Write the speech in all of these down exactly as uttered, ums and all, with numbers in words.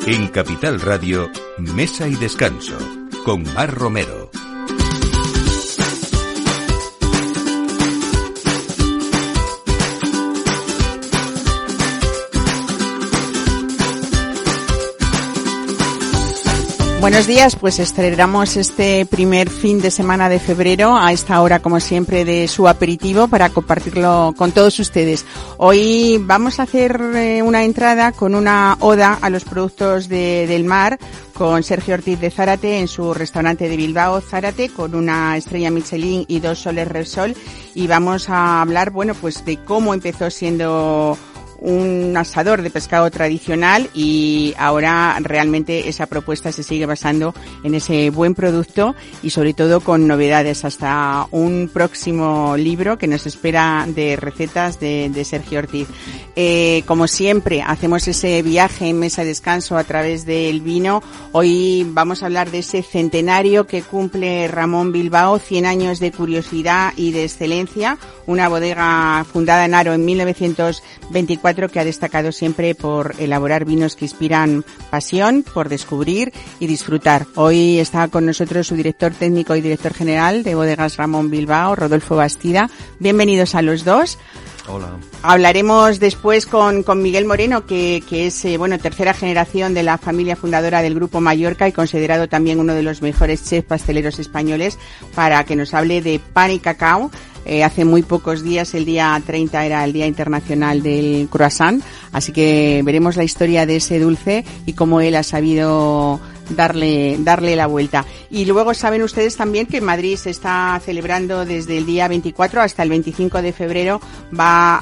En Capital Radio, Mesa y Descanso, con Mar Romero. Buenos días, pues estrenamos este primer fin de semana de febrero a esta hora, como siempre, de su aperitivo para compartirlo con todos ustedes. Hoy vamos a hacer eh, una entrada con una oda a los productos de, del mar con Sergio Ortiz de Zárate en su restaurante de Bilbao, Zárate, con una estrella Michelin y dos soles Repsol, y vamos a hablar, bueno, pues de cómo empezó siendo un asador de pescado tradicional y ahora realmente esa propuesta se sigue basando en ese buen producto y sobre todo con novedades, hasta un próximo libro que nos espera de recetas de, de Sergio Ortiz. Eh, como siempre, hacemos ese viaje en Mesa de Descanso a través del vino. Hoy vamos a hablar de ese centenario que cumple Ramón Bilbao, cien años de curiosidad y de excelencia, una bodega fundada en Haro en mil novecientos veinticuatro que ha destacado siempre por elaborar vinos que inspiran pasión, por descubrir y disfrutar. Hoy está con nosotros su director técnico y director general de Bodegas Ramón Bilbao, Rodolfo Bastida. Bienvenidos a los dos. Hola. Hablaremos después con, con Miguel Moreno, que, que es, eh, bueno, tercera generación de la familia fundadora del Grupo Mallorca y considerado también uno de los mejores chefs pasteleros españoles, para que nos hable de pan y cacao. Eh, hace muy pocos días, el día treinta, era el Día Internacional del Croissant, así que veremos la historia de ese dulce y cómo él ha sabido darle darle la vuelta. Y luego saben ustedes también que en Madrid se está celebrando desde el día veinticuatro hasta el veinticinco de febrero, va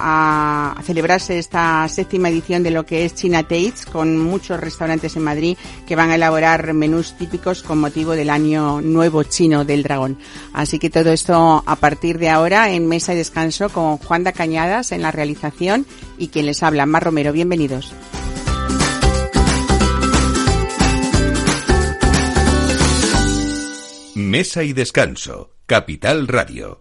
a celebrarse esta séptima edición de lo que es China Tastes, con muchos restaurantes en Madrid que van a elaborar menús típicos con motivo del Año Nuevo Chino del Dragón. Así que todo esto a partir de ahora en Mesa y Descanso, con Juanda Cañadas en la realización y quien les habla, Mar Romero. Bienvenidos. Mesa y Descanso, Capital Radio.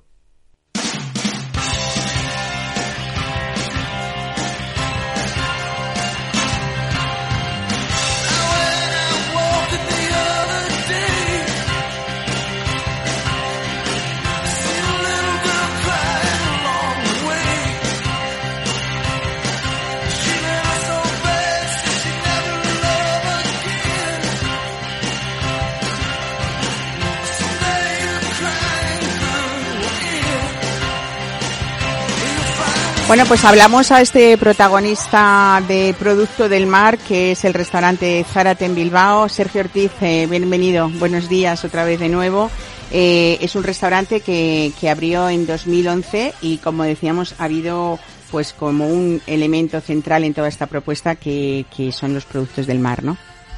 Bueno, pues hablamos a este protagonista de Producto del Mar, que es el restaurante Zárate en Bilbao. Sergio Ortiz, eh, bienvenido, buenos días otra vez de nuevo. Eh, es un restaurante que, que abrió en dos mil once y, como decíamos, ha habido pues como un elemento central en toda esta propuesta que, que son los productos del mar, ¿no?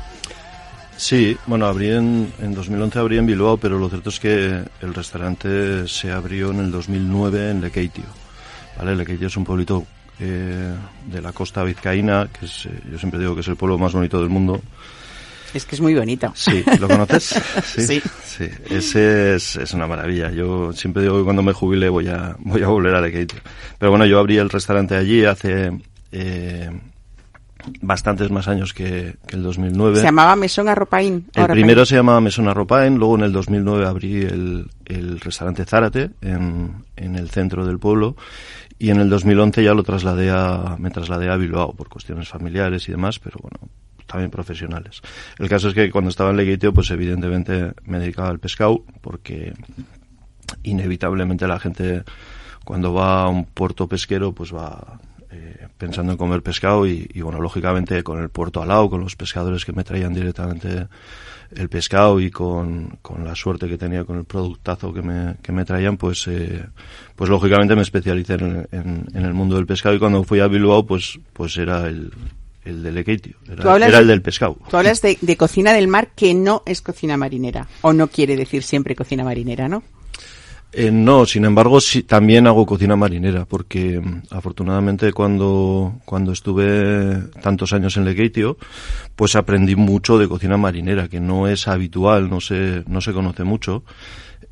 Sí, bueno, abrí en, en dos mil once abrí en Bilbao, pero lo cierto es que el restaurante se abrió en el dos mil nueve en Lekeitio. Vale, Lekeitio es un pueblito eh, de la costa vizcaína, que es, eh, yo siempre digo que es el pueblo más bonito del mundo. Es que es muy bonito. Sí, ¿lo conoces? Sí. Sí. Sí, ese es, es una maravilla. Yo siempre digo que cuando me jubile voy a, voy a volver a Lekeitio. Pero bueno, yo abrí el restaurante allí hace eh, bastantes más años que, que el dos mil nueve. Se llamaba Mesón Arropaín. El Arropaín. primero se llamaba Mesón Arropaín, luego en el dos mil nueve abrí el, el restaurante Zárate en, en el centro del pueblo. Y en el dos mil once ya lo trasladé a, me trasladé a Bilbao por cuestiones familiares y demás, pero bueno, también profesionales. El caso es que cuando estaba en Lekeitio, pues evidentemente me dedicaba al pescado, porque inevitablemente la gente cuando va a un puerto pesquero, pues va eh, pensando en comer pescado y, y bueno, lógicamente con el puerto al lado, con los pescadores que me traían directamente el pescado y con, con la suerte que tenía con el productazo que me, que me traían, pues, eh, pues lógicamente me especialicé en, en, en el mundo del pescado, y cuando fui a Bilbao, pues, pues era el, el de Lekeitio, era, era el del pescado. Tú hablas de, de cocina del mar, que no es cocina marinera, o no quiere decir siempre cocina marinera, ¿no? Eh, no, sin embargo, sí, también hago cocina marinera, porque afortunadamente cuando, cuando estuve tantos años en Lekeitio, pues aprendí mucho de cocina marinera, que no es habitual, no se, no se conoce mucho.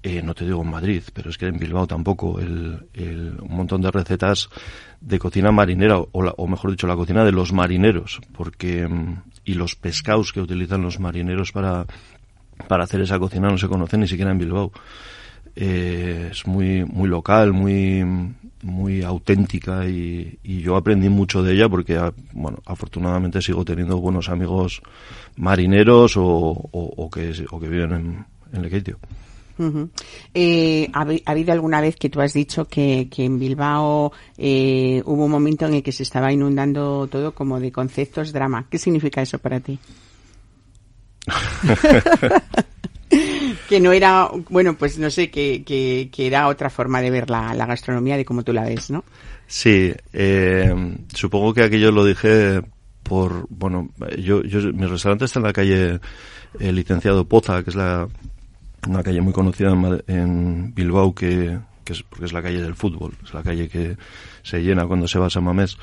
eh, no te digo en Madrid, pero es que en Bilbao tampoco, el, el, un montón de recetas de cocina marinera, o, la, o mejor dicho, la cocina de los marineros, porque y los pescados que utilizan los marineros para, para hacer esa cocina no se conocen ni siquiera en Bilbao. Eh, es muy muy local, muy muy auténtica y, y yo aprendí mucho de ella porque, bueno, afortunadamente sigo teniendo buenos amigos marineros o, o, o que o que viven en, en Lekeitio. Uh-huh. Eh, ¿ha, ¿Ha habido alguna vez que tú has dicho que, que en Bilbao eh, hubo un momento en el que se estaba inundando todo como de conceptos drama? ¿Qué significa eso para ti? Que no era, bueno, pues no sé, que, que, que era otra forma de ver la, la gastronomía de cómo tú la ves, ¿no? Sí, eh, supongo que aquello lo dije por, bueno, yo, yo mi restaurante está en la calle eh, Licenciado Poza, que es la una calle muy conocida en, en Bilbao, que, que es porque es la calle del fútbol, es la calle que se llena cuando se va a San Mamés.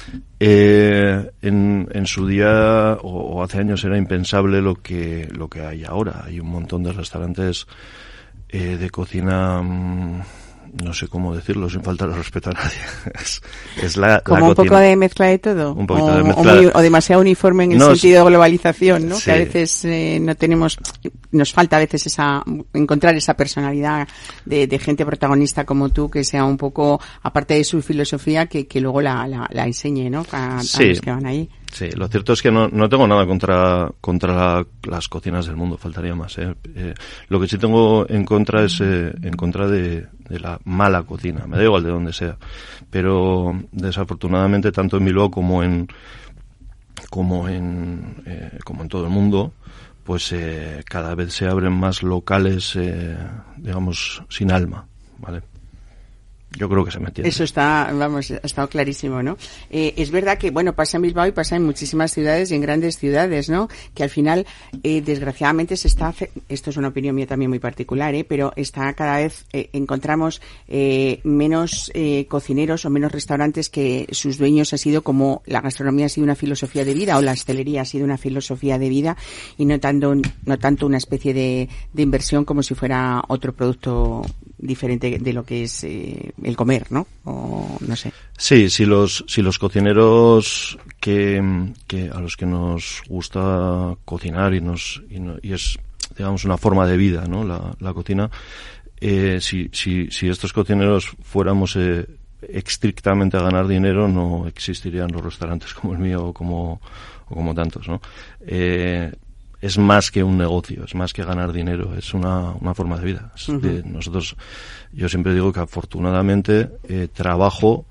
Eh, en, en su día o, o hace años era impensable lo que lo que hay ahora. Hay un montón de restaurantes eh, de cocina, mmm, no sé cómo decirlo sin faltar el respeto a nadie. es, es la, como la un cocina. poco de mezcla de todo, un poquito o, de mezcla. o, muy, o demasiado uniforme en el no, sentido de globalización, ¿no? Sí. Que a veces eh, no tenemos, nos falta a veces esa encontrar esa personalidad de, de gente protagonista como tú, que sea un poco, aparte de su filosofía, que, que luego la, la, la enseñe, ¿no? A, sí. a los que van ahí. Sí, lo cierto es que no, no tengo nada contra contra la, las cocinas del mundo, faltaría más. ¿eh? Eh, lo que sí tengo en contra es eh, en contra de, de la mala cocina, me da igual de donde sea. Pero desafortunadamente tanto en Bilbao como en como en eh, como en todo el mundo, pues eh, cada vez se abren más locales, eh, digamos, sin alma, ¿vale? Yo creo que se me entiende. Eso está, vamos, ha estado clarísimo, ¿no? Eh, es verdad que, bueno, pasa en Bilbao y pasa en muchísimas ciudades y en grandes ciudades, ¿no? Que al final, eh, desgraciadamente se está, esto es una opinión mía también muy particular, ¿eh? Pero está cada vez, eh, encontramos eh, menos eh, cocineros o menos restaurantes que sus dueños ha sido como la gastronomía ha sido una filosofía de vida o la hostelería ha sido una filosofía de vida y no tanto, no tanto una especie de, de inversión como si fuera otro producto diferente de lo que es eh, el comer, ¿no? O no sé. Sí, si los si los cocineros que, que a los que nos gusta cocinar y nos y, no, y es digamos una forma de vida, ¿no? La, la cocina. Eh, si si si estos cocineros fuéramos eh, estrictamente a ganar dinero, no existirían los restaurantes como el mío o como o como tantos, ¿no? Eh, es más que un negocio, es más que ganar dinero, es una, una forma de vida. Es de, nosotros, yo siempre digo que afortunadamente eh, trabajo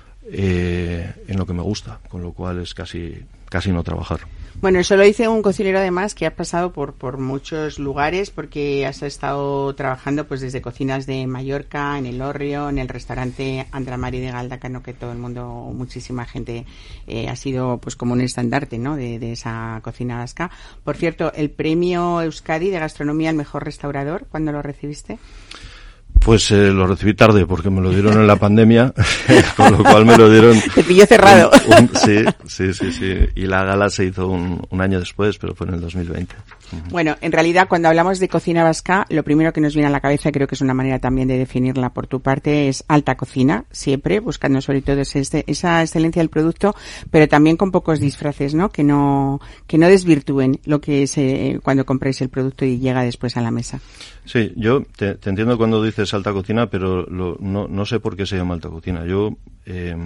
eh, en lo que me gusta, con lo cual es casi casi no trabajar. Bueno, eso lo dice un cocinero además que ha pasado por por muchos lugares porque has estado trabajando pues desde cocinas de Mallorca, en el Hórreo, en el restaurante Andra Mari de Galdacano, que todo el mundo, muchísima gente eh, ha sido pues como un estandarte, ¿no? De, de esa cocina vasca. Por cierto, el premio Euskadi de gastronomía al mejor restaurador, ¿cuándo lo recibiste? Pues eh, lo recibí tarde porque me lo dieron en la pandemia, con lo cual me lo dieron... Te pilló cerrado. Un, un, sí, sí, sí, sí. Y la gala se hizo un, un año después, pero fue en el dos mil veinte. Bueno, en realidad cuando hablamos de cocina vasca, lo primero que nos viene a la cabeza, creo que es una manera también de definirla por tu parte, es alta cocina, siempre, buscando sobre todo ese, esa excelencia del producto, pero también con pocos disfraces, ¿no? Que no, que no desvirtúen lo que es eh, cuando compráis el producto y llega después a la mesa. Sí, yo te, te entiendo cuando dices alta cocina, pero lo, no, no sé por qué se llama alta cocina. Yo, eh,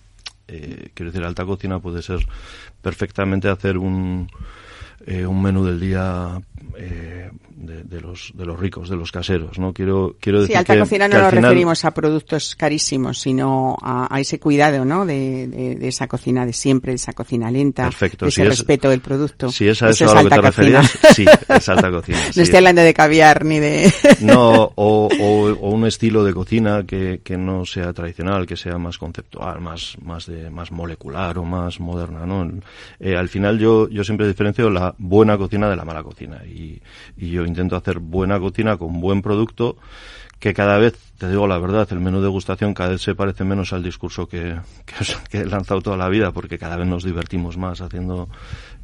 eh, quiero decir, alta cocina puede ser perfectamente hacer un, eh, un menú del día eh, de, de los de los ricos, de los caseros, ¿no? Quiero quiero decir sí, alta que, cocina que no nos final... referimos a productos carísimos, sino a, a ese cuidado, ¿no? De, de, de esa cocina de siempre, de esa cocina lenta, perfecto, de ese si respeto es, del producto. Si es a eso, eso a es lo que te cocina. referías, sí, es alta cocina. No sí. estoy hablando de caviar ni de... No, o, o, o un estilo de cocina que, que no sea tradicional, que sea más conceptual, más más de más molecular o más moderna, ¿no? Eh, al final yo yo siempre diferencio la buena cocina de la mala cocina y, y yo intento hacer buena cocina con buen producto que cada vez, te digo la verdad, el menú de degustación cada vez se parece menos al discurso que, que, que he lanzado toda la vida porque cada vez nos divertimos más haciendo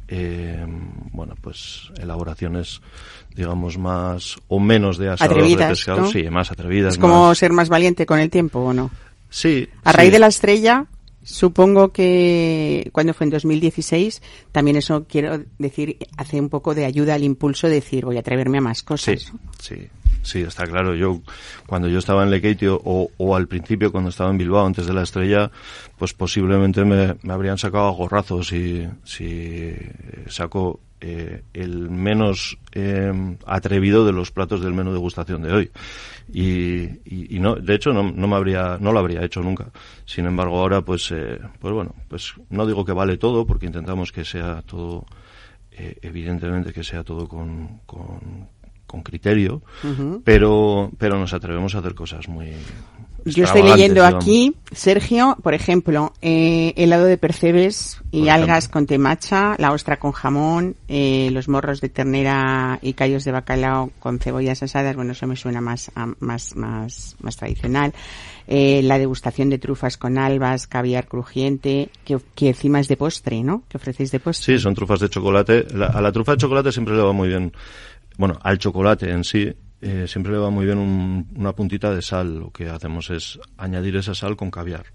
eh, bueno, pues elaboraciones, digamos, más o menos de asador atrevidas, de pescado, ¿no? sí, más atrevidas. Es como más... ser más valiente con el tiempo, ¿o no? Sí. A sí. raíz de La Estrella, supongo que cuando fue en dos mil dieciséis, también eso quiero decir, hace un poco de ayuda al impulso de decir, voy a atreverme a más cosas. Sí, sí. Sí, está claro. Yo, cuando yo estaba en Lekeitio, o, o al principio cuando estaba en Bilbao, antes de La Estrella, pues posiblemente me, me habrían sacado a gorrazos si, si saco eh, el menos eh, atrevido de los platos del menú degustación de hoy. Y, y, y no, de hecho, no, no me habría, no lo habría hecho nunca. Sin embargo, ahora, pues, eh, pues bueno, pues no digo que vale todo, porque intentamos que sea todo, eh, evidentemente que sea todo con, con con criterio, uh-huh. pero pero nos atrevemos a hacer cosas muy Yo estoy leyendo digamos. Aquí, Sergio, por ejemplo, eh, helado de percebes y por algas ejemplo. Con temacha, la ostra con jamón, eh, los morros de ternera y callos de bacalao con cebollas asadas, bueno, eso me suena más a, más más más tradicional. Eh, la degustación de trufas con albas, caviar crujiente, que, que encima es de postre, ¿no? Que ofrecéis de postre. Sí, son trufas de chocolate. La, a la trufa de chocolate siempre le va muy bien. Bueno, al chocolate en sí eh, siempre le va muy bien un, una puntita de sal. Lo que hacemos es añadir esa sal con caviar.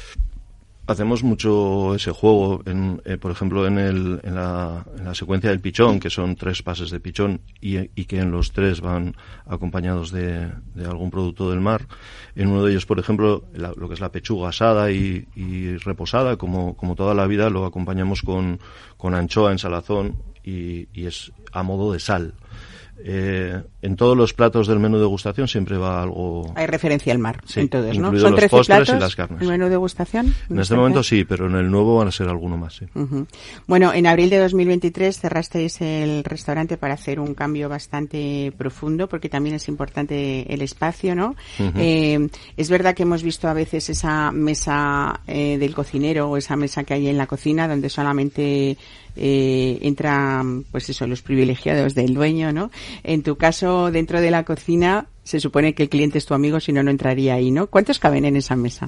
Hacemos mucho ese juego, en, eh, por ejemplo, en, el, en, la, en la secuencia del pichón, que son tres pases de pichón y, y que en los tres van acompañados de, de algún producto del mar. En uno de ellos, por ejemplo, la, lo que es la pechuga asada y, y reposada, como, como toda la vida, lo acompañamos con, con anchoa en salazón y, y es a modo de sal. Eh, en todos los platos del menú degustación siempre va algo... Hay referencia al mar, sí, en todos, ¿no? Son trece postres platos y las carnes. ¿El menú degustación? En este momento sí, pero en el nuevo van a ser alguno más, sí. Uh-huh. Bueno, en abril de dos mil veintitrés cerrasteis el restaurante para hacer un cambio bastante profundo, porque también es importante el espacio, ¿no? Uh-huh. Eh, es verdad que hemos visto a veces esa mesa eh, del cocinero o esa mesa que hay en la cocina donde solamente... Eh, entran, pues eso, los privilegiados del dueño, ¿no? En tu caso, dentro de la cocina, se supone que el cliente es tu amigo, si no, no entraría ahí, ¿no? ¿Cuántos caben en esa mesa?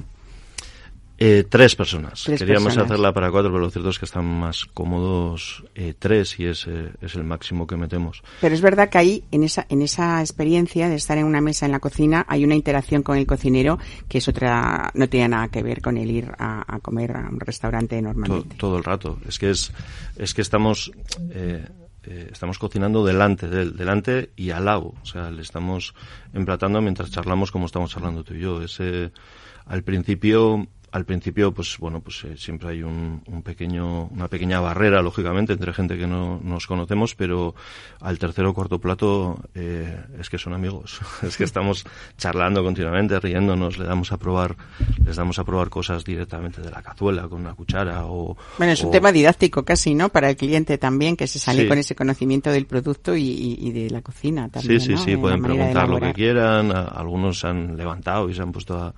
Eh, tres personas. Tres Queríamos personas. hacerla para cuatro, pero lo cierto es que están más cómodos eh, tres y es, eh, es el máximo que metemos. Pero es verdad que ahí, en esa, en esa experiencia de estar en una mesa en la cocina, hay una interacción con el cocinero que es otra, no tiene nada que ver con el ir a, a comer a un restaurante normalmente. Todo, todo el rato. Es que es, es que estamos, eh, eh, estamos cocinando delante de él, delante y al lado. O sea, le estamos emplatando mientras charlamos como estamos charlando tú y yo. Ese, al principio, Al principio, pues bueno, pues eh, siempre hay un, un pequeño, una pequeña barrera, lógicamente, entre gente que no nos conocemos, pero al tercer o cuarto plato eh, es que son amigos, es que estamos charlando continuamente, riéndonos, le damos a probar, les damos a probar cosas directamente de la cazuela con una cuchara o. Bueno, es o... un tema didáctico casi, ¿no? Para el cliente también, que se sale sí. con ese conocimiento del producto y, y, y de la cocina también. Sí, sí, ¿no? sí, en pueden preguntar lo que quieran, a, algunos se han levantado y se han puesto a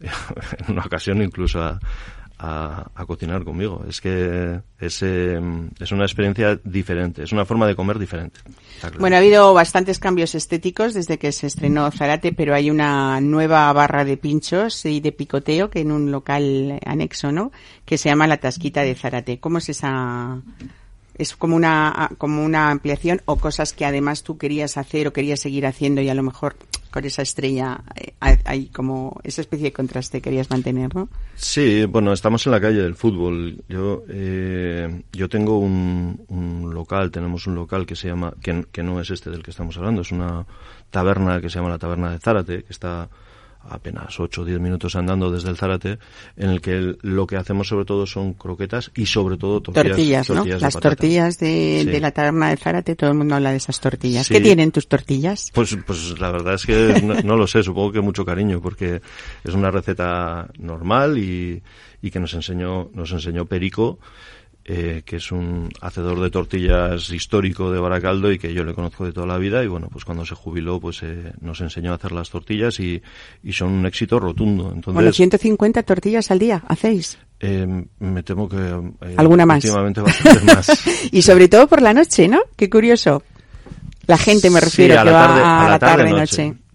en una ocasión incluso a, a, a cocinar conmigo. Es que es, eh, es una experiencia diferente, es una forma de comer diferente. Claro. Bueno, ha habido bastantes cambios estéticos desde que se estrenó Zarate, pero hay una nueva barra de pinchos y de picoteo que en un local anexo, ¿no? Que se llama La Tasquita de Zarate. ¿Cómo es esa...? ¿Es como una como una ampliación o cosas que además tú querías hacer o querías seguir haciendo y a lo mejor con esa estrella hay, hay como esa especie de contraste que querías mantener, ¿no? Sí, bueno, estamos en la calle del fútbol. Yo eh, yo tengo un, un local, tenemos un local que se llama, que, que no es este del que estamos hablando, es una taberna que se llama la Taberna de Zárate, que está apenas ocho o diez minutos andando desde el Zárate, en el que el, lo que hacemos sobre todo son croquetas y sobre todo tortillas. Tortillas, ¿no? tortillas Las de tortillas de, sí. de la Taberna de Zárate, todo el mundo habla de esas tortillas. Sí. ¿Qué tienen tus tortillas? Pues, pues la verdad es que no, no lo sé, supongo que mucho cariño, porque es una receta normal y, y que nos enseñó, nos enseñó Perico, Eh, que es un hacedor de tortillas histórico de Baracaldo y que yo le conozco de toda la vida, y bueno, pues cuando se jubiló pues eh, nos enseñó a hacer las tortillas y, y son un éxito rotundo. Entonces, bueno, ciento cincuenta tortillas al día hacéis. Eh, me temo que eh, alguna más. Últimamente bastante más. Y sobre todo por la noche, ¿no? Qué curioso. La gente, me refiero, sí, a que la tarde, va a, a la la tarde, tarde noche. noche.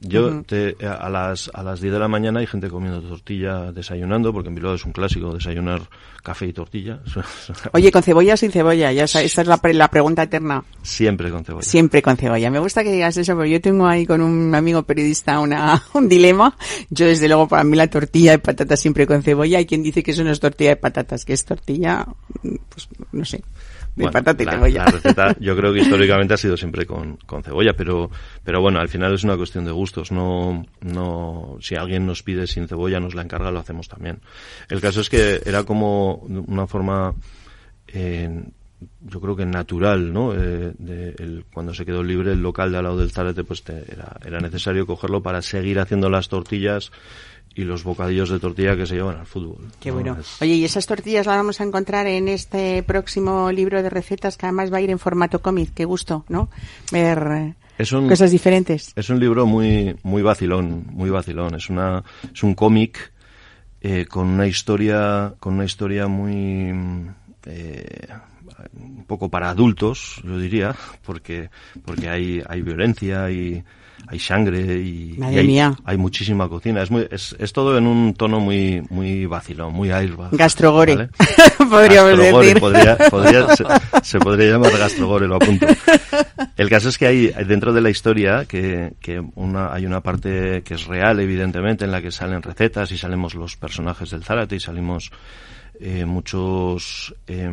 Yo Uh-huh. te, a las a las diez de la mañana hay gente comiendo tortilla, desayunando, porque en Bilbao es un clásico desayunar café y tortilla. Oye, ¿con cebolla o sin cebolla? Ya sabes, esa es la, pre- la pregunta eterna. Siempre con cebolla. Siempre con cebolla. Me gusta que digas eso, porque yo tengo ahí con un amigo periodista una un dilema. Yo, desde luego, para mí la tortilla de patatas siempre con cebolla. Hay quien dice que eso no es tortilla de patatas, que es tortilla, pues no sé, de Bueno, patata y la, cebolla. la receta yo creo que históricamente ha sido siempre con, con cebolla, pero pero bueno, al final es una cuestión de gustos. No no si alguien nos pide sin cebolla, nos la encarga, lo hacemos también. El caso es que era como una forma, eh, yo creo que natural, ¿no? Eh, de el, cuando se quedó libre el local de al lado del Zárate, pues te, era, era necesario cogerlo para seguir haciendo las tortillas y los bocadillos de tortilla que se llevan al fútbol. Qué ¿no? bueno. Es... Oye, y esas tortillas las vamos a encontrar en este próximo libro de recetas, que además va a ir en formato cómic. Qué gusto, ¿no? Ver eh, es un, cosas diferentes. Es un libro muy muy vacilón, muy vacilón. Es una es un cómic eh, con una historia con una historia muy eh, un poco para adultos, yo diría, porque porque hay hay violencia y hay sangre y, Madre y hay, mía. hay muchísima cocina. Es muy es, es todo en un tono muy muy vacilón, muy airbag. Gastrogore, ¿vale? podríamos Gastrogore, decir. Podría, podría, se, se podría llamar gastrogore, lo apunto. El caso es que hay dentro de la historia que, que una, hay una parte que es real, evidentemente, en la que salen recetas y salimos los personajes del Zárate y salimos eh, muchos... Eh,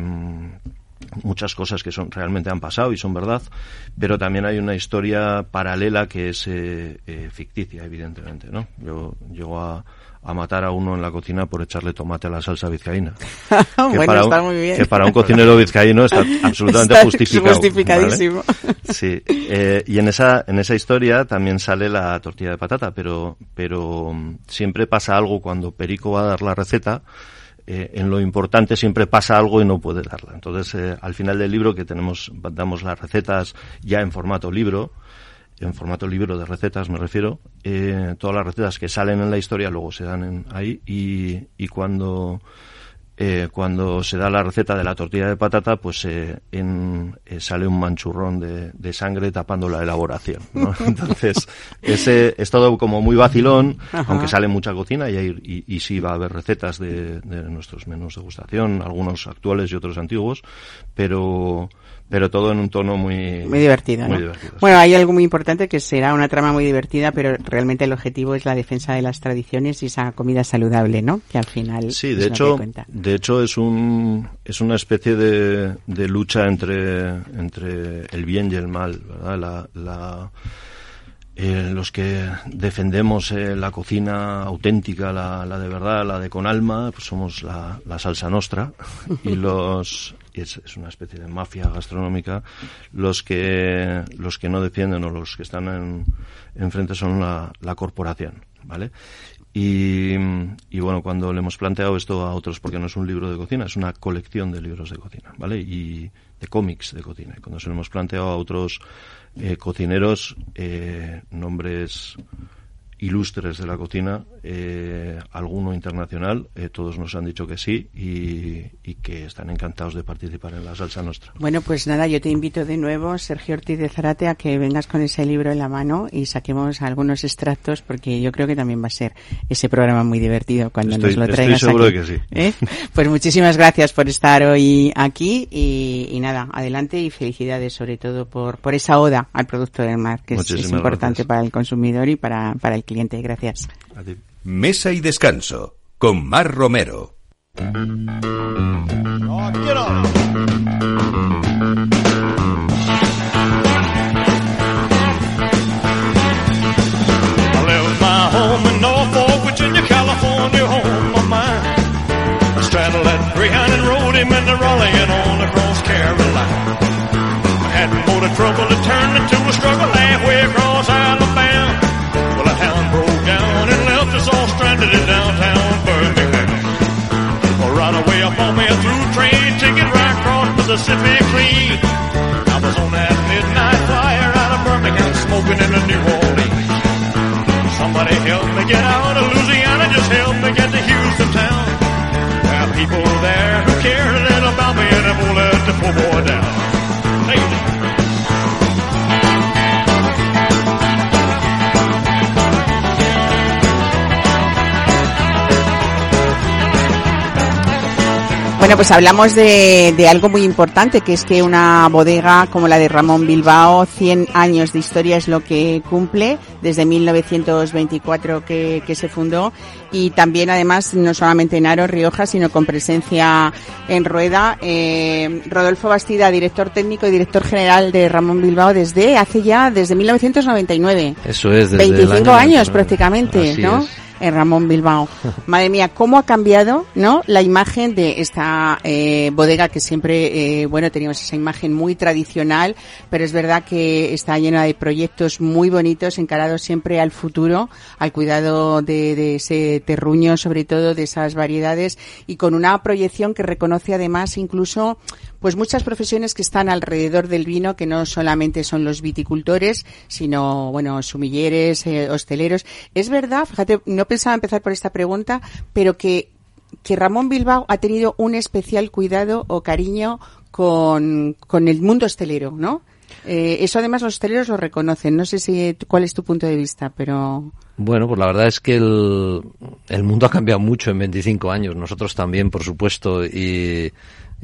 muchas cosas que son realmente han pasado y son verdad, pero también hay una historia paralela que es eh, eh, ficticia, evidentemente, ¿no? Yo llego a, a matar a uno en la cocina por echarle tomate a la salsa vizcaína. Bueno, para está un, muy bien. Que para un cocinero vizcaíno está absolutamente Está justificado. justificadísimo. ¿Vale? Sí, eh, y en esa en esa historia también sale la tortilla de patata, pero pero um, siempre pasa algo cuando Perico va a dar la receta. Eh, en lo importante siempre pasa algo y no puede darla. Entonces, eh, al final del libro, que tenemos, damos las recetas ya en formato libro, en formato libro de recetas me refiero, eh, todas las recetas que salen en la historia luego se dan en, ahí y, y cuando eh, cuando se da la receta de la tortilla de patata, pues eh, en, eh, sale un manchurrón de, de sangre tapando la elaboración, ¿no? Entonces, ese es todo como muy vacilón. Ajá. Aunque sale mucha cocina y, hay, y, y sí va a haber recetas de, de nuestros menús de degustación, algunos actuales y otros antiguos, pero... pero todo en un tono muy... Muy divertido, muy ¿no? divertido, sí. Bueno, hay algo muy importante que será una trama muy divertida, pero realmente el objetivo es la defensa de las tradiciones y esa comida saludable, ¿no? Que al final sí, de hecho, de hecho es un es una especie de, de lucha entre entre el bien y el mal, ¿verdad? La, la eh, los que defendemos eh, la cocina auténtica, la, la de verdad, la de con alma, pues somos la, la salsa nostra y los y es, es una especie de mafia gastronómica. Los que los que no defienden o los que están en enfrente son la, la corporación, ¿vale? Y, y bueno, cuando le hemos planteado esto a otros, porque no es un libro de cocina, es una colección de libros de cocina, ¿vale? Y de cómics de cocina. Y cuando se lo hemos planteado a otros eh, cocineros, eh, nombres ilustres de la cocina, eh, alguno internacional, eh, todos nos han dicho que sí y, y que están encantados de participar en la salsa nostra. Bueno, pues nada, yo te invito de nuevo, Sergio Ortiz de Zárate, a que vengas con ese libro en la mano y saquemos algunos extractos, porque yo creo que también va a ser ese programa muy divertido cuando estoy, nos lo traigas. Estoy seguro aquí. de que sí. ¿Eh? Pues muchísimas gracias por estar hoy aquí y, y nada, adelante y felicidades sobre todo por, por esa oda al producto del mar, que es, es importante gracias. Para el consumidor y para, para el cliente. Gracias. A ti. Mesa y descanso con Mar Romero. Oh, get on. I left my home in Norfolk, Virginia, California, home of mine. I straddled that Greyhound and rode him into Raleigh and on across Carolina. I had more to trouble to turn into a struggle halfway across Alabama. Well, a town broke down and left us all stranded in downtown Birmingham. Well, right away up on me a through train ticket right across Mississippi clean. I was on that midnight flyer out of Birmingham smoking in the New Orleans. Somebody help me get out of Louisiana, just help me get to Houston town. There are people there who care a little about me and I won't let the poor boy down. Hey. Bueno, pues hablamos de, de algo muy importante, que es que una bodega como la de Ramón Bilbao, cien años de historia es lo que cumple, desde mil novecientos veinticuatro que, que se fundó, y también además no solamente en Aro, Rioja, sino con presencia en Rueda. Eh, Rodolfo Bastida, director técnico y director general de Ramón Bilbao desde hace ya, desde mil novecientos noventa y nueve. Eso es, desde veinticinco el año años noventa y nueve. prácticamente, Así ¿no? Es. En Ramón Bilbao. Madre mía, cómo ha cambiado, ¿no? La imagen de esta eh, bodega que siempre, eh, bueno, teníamos esa imagen muy tradicional, pero es verdad que está llena de proyectos muy bonitos, encarados siempre al futuro, al cuidado de, de ese terruño, sobre todo de esas variedades, y con una proyección que reconoce además incluso pues muchas profesiones que están alrededor del vino, que no solamente son los viticultores, sino, bueno, sumilleres, eh, hosteleros. Es verdad, fíjate, no pensaba empezar por esta pregunta, pero que, que Ramón Bilbao ha tenido un especial cuidado o cariño con, con el mundo hostelero, ¿no? Eh, eso además los hosteleros lo reconocen. No sé si cuál es tu punto de vista, pero... Bueno, pues la verdad es que el, el mundo ha cambiado mucho en veinticinco años. Nosotros también, por supuesto, y...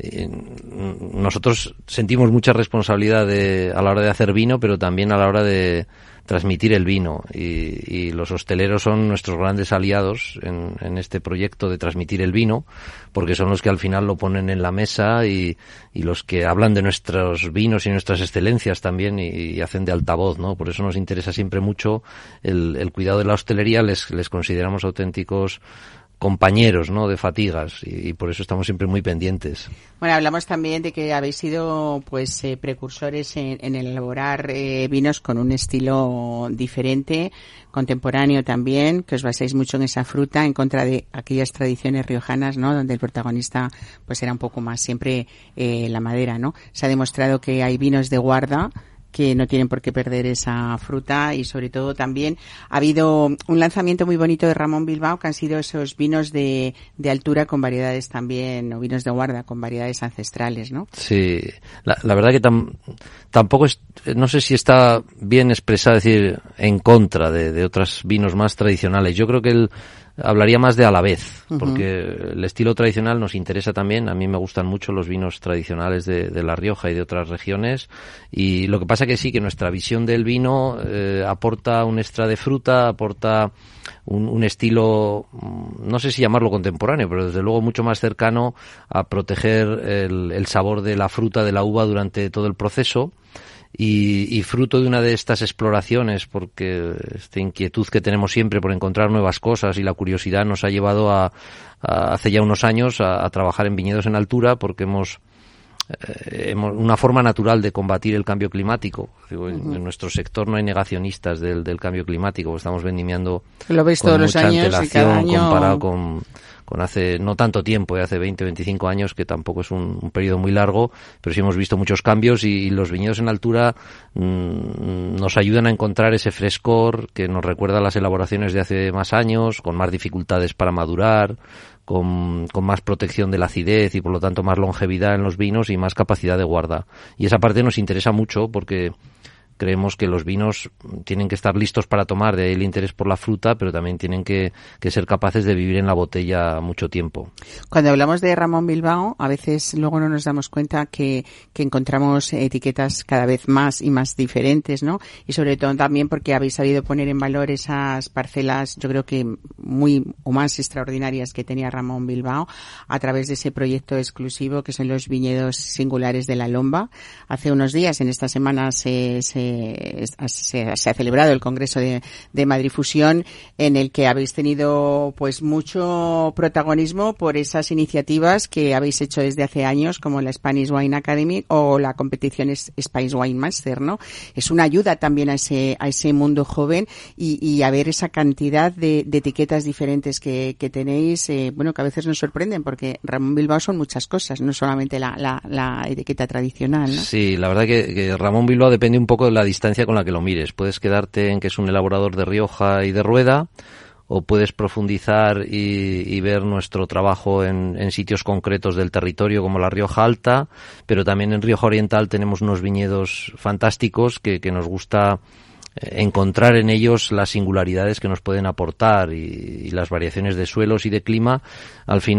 nosotros sentimos mucha responsabilidad de, a la hora de hacer vino, pero también a la hora de transmitir el vino, y, y los hosteleros son nuestros grandes aliados en, en este proyecto de transmitir el vino, porque son los que al final lo ponen en la mesa y, y los que hablan de nuestros vinos y nuestras excelencias también, y, y hacen de altavoz, ¿no? Por eso nos interesa siempre mucho el, el cuidado de la hostelería. Les, les consideramos auténticos compañeros, ¿no?, de fatigas, y, y por eso estamos siempre muy pendientes. Bueno, hablamos también de que habéis sido pues eh, precursores en, en elaborar eh, vinos con un estilo diferente, contemporáneo también, que os basáis mucho en esa fruta, en contra de aquellas tradiciones riojanas, ¿no?, donde el protagonista pues era un poco más siempre eh, la madera, ¿no? Se ha demostrado que hay vinos de guarda que no tienen por qué perder esa fruta, y sobre todo también ha habido un lanzamiento muy bonito de Ramón Bilbao, que han sido esos vinos de, de altura con variedades también, o vinos de guarda con variedades ancestrales, ¿no? Sí, la, la verdad que tam, tampoco es, no sé si está bien expresado decir en contra de, de otros vinos más tradicionales. Yo creo que el hablaría más de a la vez, porque uh-huh. el estilo tradicional nos interesa también. A mí me gustan mucho los vinos tradicionales de, de La Rioja y de otras regiones, y lo que pasa que sí, que nuestra visión del vino eh, aporta un extra de fruta, aporta un, un estilo, no sé si llamarlo contemporáneo, pero desde luego mucho más cercano a proteger el, el sabor de la fruta, de la uva durante todo el proceso. Y, y fruto de una de estas exploraciones, porque esta inquietud que tenemos siempre por encontrar nuevas cosas y la curiosidad nos ha llevado a, a hace ya unos años a, a trabajar en viñedos en altura, porque hemos, eh, hemos una forma natural de combatir el cambio climático. Digo, en, uh-huh. en nuestro sector no hay negacionistas del, del cambio climático, estamos vendimiando lo ves con todos mucha los años antelación y cada año... comparado con con hace no tanto tiempo, eh, hace veinte, veinticinco años, que tampoco es un, un periodo muy largo, pero sí hemos visto muchos cambios, y, y los viñedos en altura mmm, nos ayudan a encontrar ese frescor que nos recuerda a las elaboraciones de hace más años, con más dificultades para madurar, con, con más protección de la acidez y por lo tanto más longevidad en los vinos y más capacidad de guarda. Y esa parte nos interesa mucho porque creemos que los vinos tienen que estar listos para tomar, de ahí el interés por la fruta, pero también tienen que, que ser capaces de vivir en la botella mucho tiempo. Cuando hablamos de Ramón Bilbao, a veces luego no nos damos cuenta que, que encontramos etiquetas cada vez más y más diferentes, ¿no? Y sobre todo también porque habéis sabido poner en valor esas parcelas, yo creo que muy o más extraordinarias que tenía Ramón Bilbao a través de ese proyecto exclusivo que son los viñedos singulares de la Lomba. Hace unos días, en esta semana, se, se Se, se ha celebrado el Congreso de, de Madrid Fusión, en el que habéis tenido pues mucho protagonismo por esas iniciativas que habéis hecho desde hace años, como la Spanish Wine Academy o la competición Spice Wine Master, ¿no? Es una ayuda también a ese a ese mundo joven, y, y a ver esa cantidad de, de etiquetas diferentes que, que tenéis, eh, bueno, que a veces nos sorprenden, porque Ramón Bilbao son muchas cosas, no solamente la, la, la etiqueta tradicional, ¿no? Sí, la verdad que, que Ramón Bilbao depende un poco de la distancia con la que lo mires. Puedes quedarte en que es un elaborador de Rioja y de Rueda, o puedes profundizar y, y ver nuestro trabajo en, en sitios concretos del territorio como la Rioja Alta, pero también en Rioja Oriental tenemos unos viñedos fantásticos que, que nos gusta encontrar en ellos las singularidades que nos pueden aportar, y, y las variaciones de suelos y de clima. Al final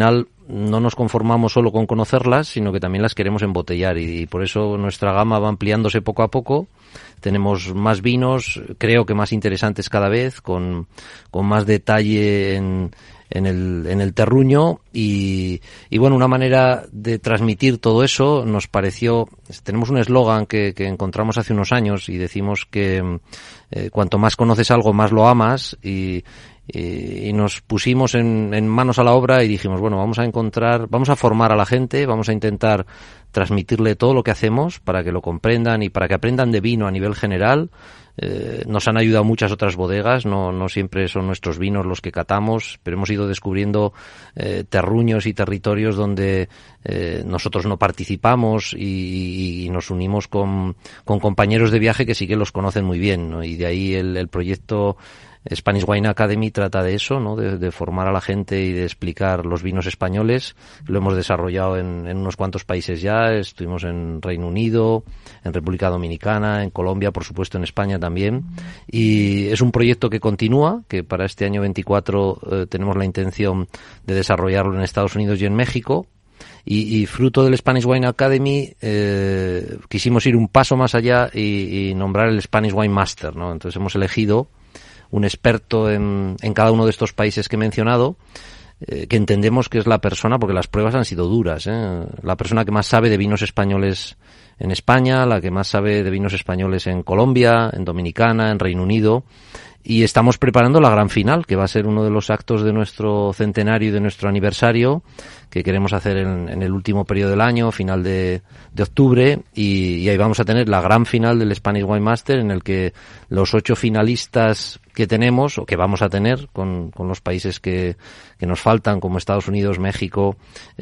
no nos conformamos solo con conocerlas, sino que también las queremos embotellar, y, y por eso nuestra gama va ampliándose poco a poco. Tenemos más vinos, creo que más interesantes cada vez, con, con más detalle en, en el, en el terruño, y, y bueno, una manera de transmitir todo eso nos pareció, tenemos un eslogan que, que encontramos hace unos años y decimos que eh, cuanto más conoces algo, más lo amas, y, y, y nos pusimos en, en manos a la obra y dijimos, bueno, vamos a encontrar, vamos a formar a la gente, vamos a intentar transmitirle todo lo que hacemos para que lo comprendan y para que aprendan de vino a nivel general. Eh, nos han ayudado muchas otras bodegas, no, no siempre son nuestros vinos los que catamos, pero hemos ido descubriendo eh, terruños y territorios donde eh, nosotros no participamos, y, y nos unimos con, con compañeros de viaje que sí que los conocen muy bien, ¿no? Y de ahí el, el proyecto Spanish Wine Academy trata de eso, ¿no? De, de formar a la gente y de explicar los vinos españoles. Lo hemos desarrollado en, en unos cuantos países ya. Estuvimos en Reino Unido, en República Dominicana, en Colombia, por supuesto en España también. Y es un proyecto que continúa, que para este año veinticuatro eh, tenemos la intención de desarrollarlo en Estados Unidos y en México. Y, y fruto del Spanish Wine Academy eh, quisimos ir un paso más allá y, y nombrar el Spanish Wine Master, ¿no? Entonces hemos elegido un experto en, en cada uno de estos países que he mencionado, eh, que entendemos que es la persona, porque las pruebas han sido duras, ¿eh? La persona que más sabe de vinos españoles en España, la que más sabe de vinos españoles en Colombia, en Dominicana, en Reino Unido. Y estamos preparando la gran final, que va a ser uno de los actos de nuestro centenario y de nuestro aniversario, que queremos hacer en, en el último periodo del año, final de, de octubre, y, y ahí vamos a tener la gran final del Spanish Wine Master, en el que los ocho finalistas que tenemos, o que vamos a tener, con, con los países que, que nos faltan, como Estados Unidos, México,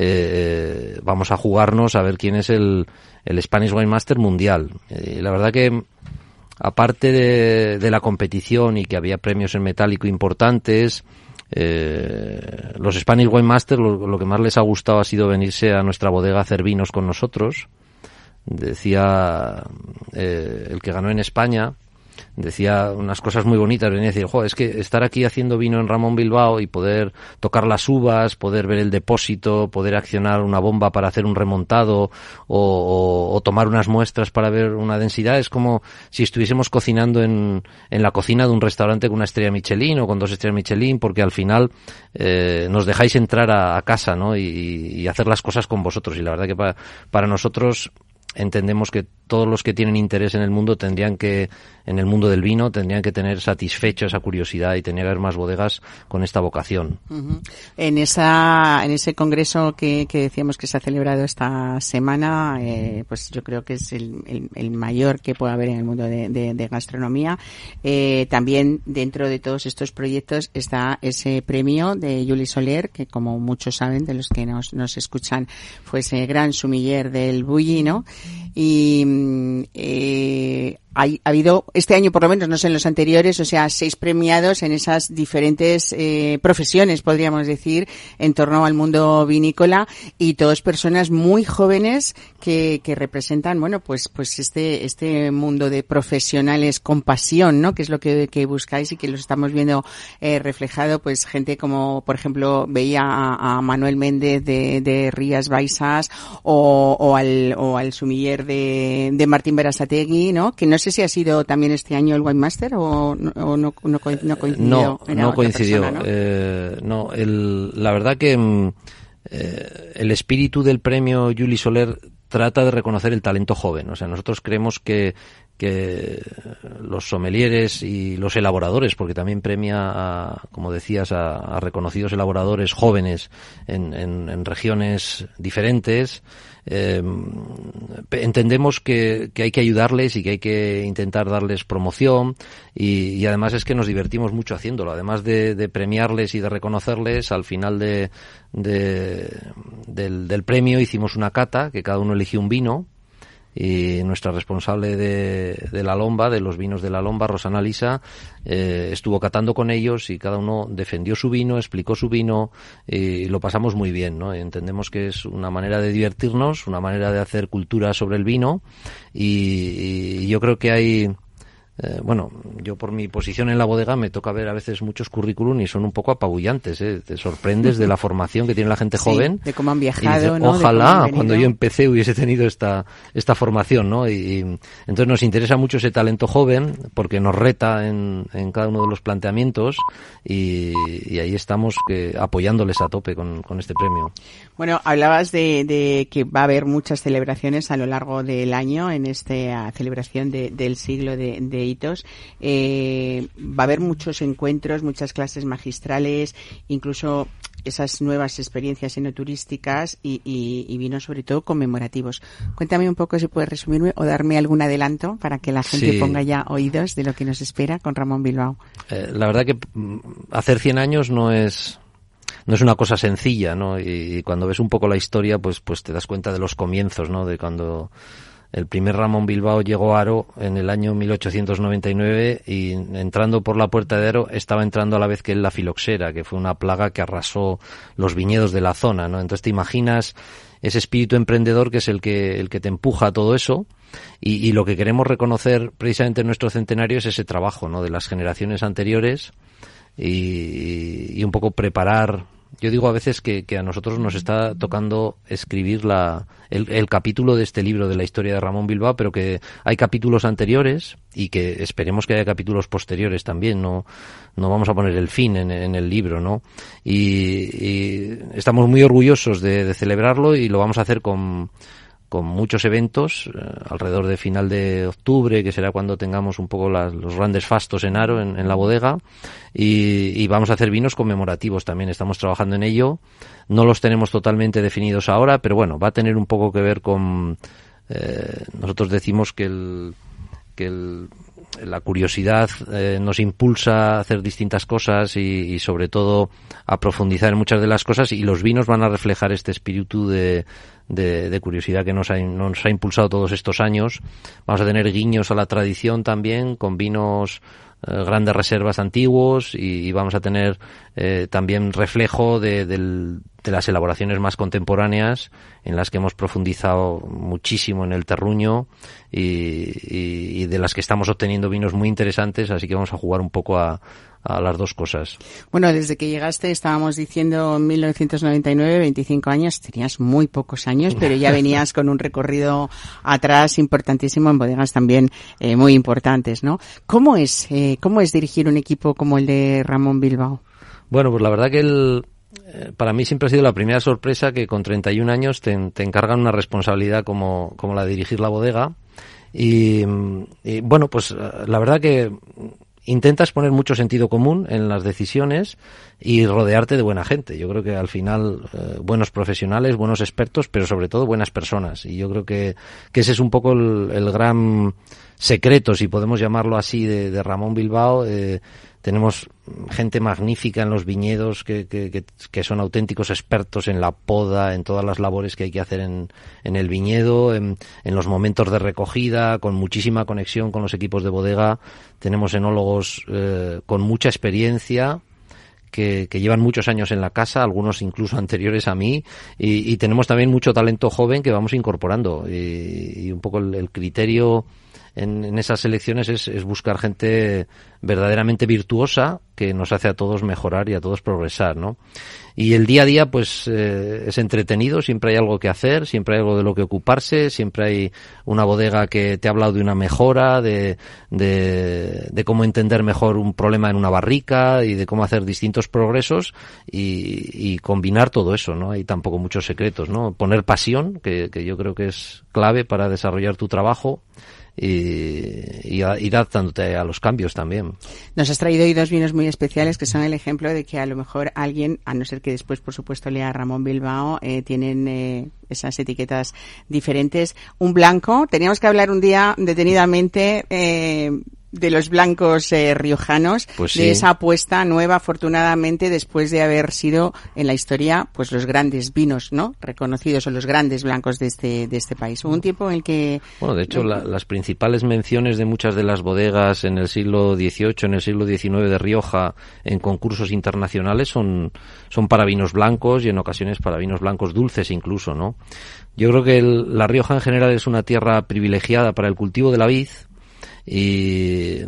eh, vamos a jugarnos a ver quién es el, el Spanish Wine Master mundial. Eh, la verdad que, aparte de, de la competición y que había premios en metálico importantes, eh, los Spanish Wine Masters lo, lo que más les ha gustado ha sido venirse a nuestra bodega a hacer vinos con nosotros. Decía eh, el que ganó en España, decía unas cosas muy bonitas, venía a decir, jo, es que estar aquí haciendo vino en Ramón Bilbao y poder tocar las uvas, poder ver el depósito, poder accionar una bomba para hacer un remontado, o, o, o tomar unas muestras para ver una densidad, es como si estuviésemos cocinando en, en la cocina de un restaurante con una estrella Michelin o con dos estrellas Michelin, porque al final eh, nos dejáis entrar a, a casa, ¿no? Y, y hacer las cosas con vosotros, y la verdad que para, para nosotros entendemos que todos los que tienen interés en el mundo tendrían que, en el mundo del vino, tendrían que tener satisfecho esa curiosidad, y tendría que haber más bodegas con esta vocación. Uh-huh. En esa, en ese congreso que, que decíamos que se ha celebrado esta semana, eh, pues yo creo que es el, el, el mayor que puede haber en el mundo de, de, de gastronomía. Eh, también dentro de todos estos proyectos está ese premio de Juli Soler, que como muchos saben, de los que nos, nos escuchan, fue ese gran sumiller del Bulli, ¿no? Y eh, ha, ha habido este año, por lo menos, no sé en los anteriores, o sea, seis premiados en esas diferentes eh, profesiones, podríamos decir, en torno al mundo vinícola, y todas personas muy jóvenes que, que representan, bueno, pues, pues este, este mundo de profesionales con pasión, ¿no? Que es lo que, que buscáis, y que los estamos viendo eh, reflejado, pues gente como, por ejemplo, veía a, a Manuel Méndez de, de Rías Baixas, o, o al, o al sumiller de, de Martín Berasategui, ¿no? Que no sé si ha sido también este año el Wine Master o, o no, no, no coincidió. No, no coincidió. Persona, ¿no? Eh, no, el, la verdad que eh, el espíritu del premio Juli Soler trata de reconocer el talento joven. O sea, nosotros creemos que que los sommeliers y los elaboradores, porque también premia, a, como decías, a, a reconocidos elaboradores jóvenes en, en, en regiones diferentes, eh, entendemos que, que hay que ayudarles y que hay que intentar darles promoción, y, y además es que nos divertimos mucho haciéndolo. Además de, de premiarles y de reconocerles, al final de, de del, del premio hicimos una cata, que cada uno eligió un vino, y nuestra responsable de, de la Lomba, de los vinos de la Lomba, Rosana Lisa, eh, estuvo catando con ellos, y cada uno defendió su vino, explicó su vino, y lo pasamos muy bien, ¿no? Entendemos que es una manera de divertirnos, una manera de hacer cultura sobre el vino, y, y yo creo que hay Eh, bueno, yo por mi posición en la bodega me toca ver a veces muchos currículum y son un poco apabullantes, ¿eh? Te sorprendes de la formación que tiene la gente sí, joven. De cómo han viajado, dices, ¿no? Ojalá cuando yo empecé hubiese tenido esta esta formación, ¿no? Y, y entonces nos interesa mucho ese talento joven porque nos reta en, en cada uno de los planteamientos y, y ahí estamos que, apoyándoles a tope con, con este premio. Bueno, hablabas de, de que va a haber muchas celebraciones a lo largo del año en esta celebración de, del siglo de, de hitos. Eh, va a haber muchos encuentros, muchas clases magistrales, incluso esas nuevas experiencias enoturísticas y, y, y vinos sobre todo conmemorativos. Cuéntame un poco si puedes resumirme o darme algún adelanto para que la gente sí. ponga ya oídos de lo que nos espera con Ramón Bilbao. Eh, la verdad que hacer cien años no es... no es una cosa sencilla, ¿no? Y, y cuando ves un poco la historia, pues pues te das cuenta de los comienzos, ¿no? De cuando el primer Ramón Bilbao llegó a Haro en el año mil ochocientos noventa y nueve y entrando por la puerta de Haro estaba entrando a la vez que él la filoxera, que fue una plaga que arrasó los viñedos de la zona, ¿no? Entonces te imaginas ese espíritu emprendedor que es el que el que te empuja a todo eso. Y, y lo que queremos reconocer precisamente en nuestro centenario es ese trabajo, ¿no? De las generaciones anteriores y, y un poco preparar. Yo digo a veces que, que a nosotros nos está tocando escribir la, el, el capítulo de este libro de la historia de Ramón Bilbao, pero que hay capítulos anteriores y que esperemos que haya capítulos posteriores también. No, no vamos a poner el fin en, en el libro, ¿no? Y, y estamos muy orgullosos de, de celebrarlo y lo vamos a hacer con con muchos eventos eh, alrededor de final de octubre, que será cuando tengamos un poco las, los grandes fastos en Haro, en, en la bodega, y, y vamos a hacer vinos conmemorativos también, estamos trabajando en ello, no los tenemos totalmente definidos ahora, pero bueno, va a tener un poco que ver con, eh, nosotros decimos que el, que el, la curiosidad eh, nos impulsa a hacer distintas cosas y, y sobre todo a profundizar en muchas de las cosas, y los vinos van a reflejar este espíritu de De, de curiosidad que nos ha, nos ha impulsado todos estos años. Vamos a tener guiños a la tradición también, con vinos, eh, grandes reservas antiguos, y, y vamos a tener eh, también reflejo de, del, de las elaboraciones más contemporáneas, en las que hemos profundizado muchísimo en el terruño y, y, y de las que estamos obteniendo vinos muy interesantes, así que vamos a jugar un poco a a las dos cosas. Bueno, desde que llegaste, estábamos diciendo en mil novecientos noventa y nueve, veinticinco años, tenías muy pocos años, pero ya venías con un recorrido atrás importantísimo en bodegas también eh, muy importantes, ¿no? ¿Cómo es, eh, cómo es dirigir un equipo como el de Ramón Bilbao? Bueno, pues la verdad que el, eh, para mí siempre ha sido la primera sorpresa que con treinta y un años te, te encargan una responsabilidad como, como la de dirigir la bodega y, y bueno, pues la verdad que intentas poner mucho sentido común en las decisiones y rodearte de buena gente. Yo creo que al final eh, buenos profesionales, buenos expertos, pero sobre todo buenas personas. Y yo creo que, que ese es un poco el, el gran secreto, si podemos llamarlo así, de, de Ramón Bilbao. Eh, tenemos gente magnífica en los viñedos que, que, que, que son auténticos expertos en la poda, en todas las labores que hay que hacer en, en el viñedo, en, en los momentos de recogida, con muchísima conexión con los equipos de bodega. Tenemos enólogos eh, con mucha experiencia, que, que llevan muchos años en la casa, algunos incluso anteriores a mí, y, y tenemos también mucho talento joven que vamos incorporando. Y, y un poco el, el criterio en, en esas elecciones es, es buscar gente verdaderamente virtuosa que nos hace a todos mejorar y a todos progresar, ¿no? Y el día a día, pues, eh, es entretenido, siempre hay algo que hacer, siempre hay algo de lo que ocuparse, siempre hay una bodega que te ha hablado de una mejora, de, de, de cómo entender mejor un problema en una barrica y de cómo hacer distintos progresos y, y combinar todo eso, ¿no? Hay tampoco muchos secretos, ¿no? Poner pasión, que, que yo creo que es clave para desarrollar tu trabajo, y, y a, ir adaptándote a los cambios también. Nos has traído hoy dos vinos muy especiales que son el ejemplo de que a lo mejor alguien, a no ser que después por supuesto lea Ramón Bilbao, eh, tienen eh, esas etiquetas diferentes. Un blanco, teníamos que hablar un día detenidamente eh, de los blancos eh, riojanos, pues sí, de esa apuesta nueva, afortunadamente, después de haber sido en la historia pues los grandes vinos, ¿no?, reconocidos, o los grandes blancos de este de este país. Hubo un tiempo en el que... Bueno, de hecho, la, las principales menciones de muchas de las bodegas en el siglo dieciocho, en el siglo diecinueve de Rioja, en concursos internacionales, son, son para vinos blancos y en ocasiones para vinos blancos dulces incluso, ¿no? Yo creo que el, la Rioja en general es una tierra privilegiada para el cultivo de la vid, y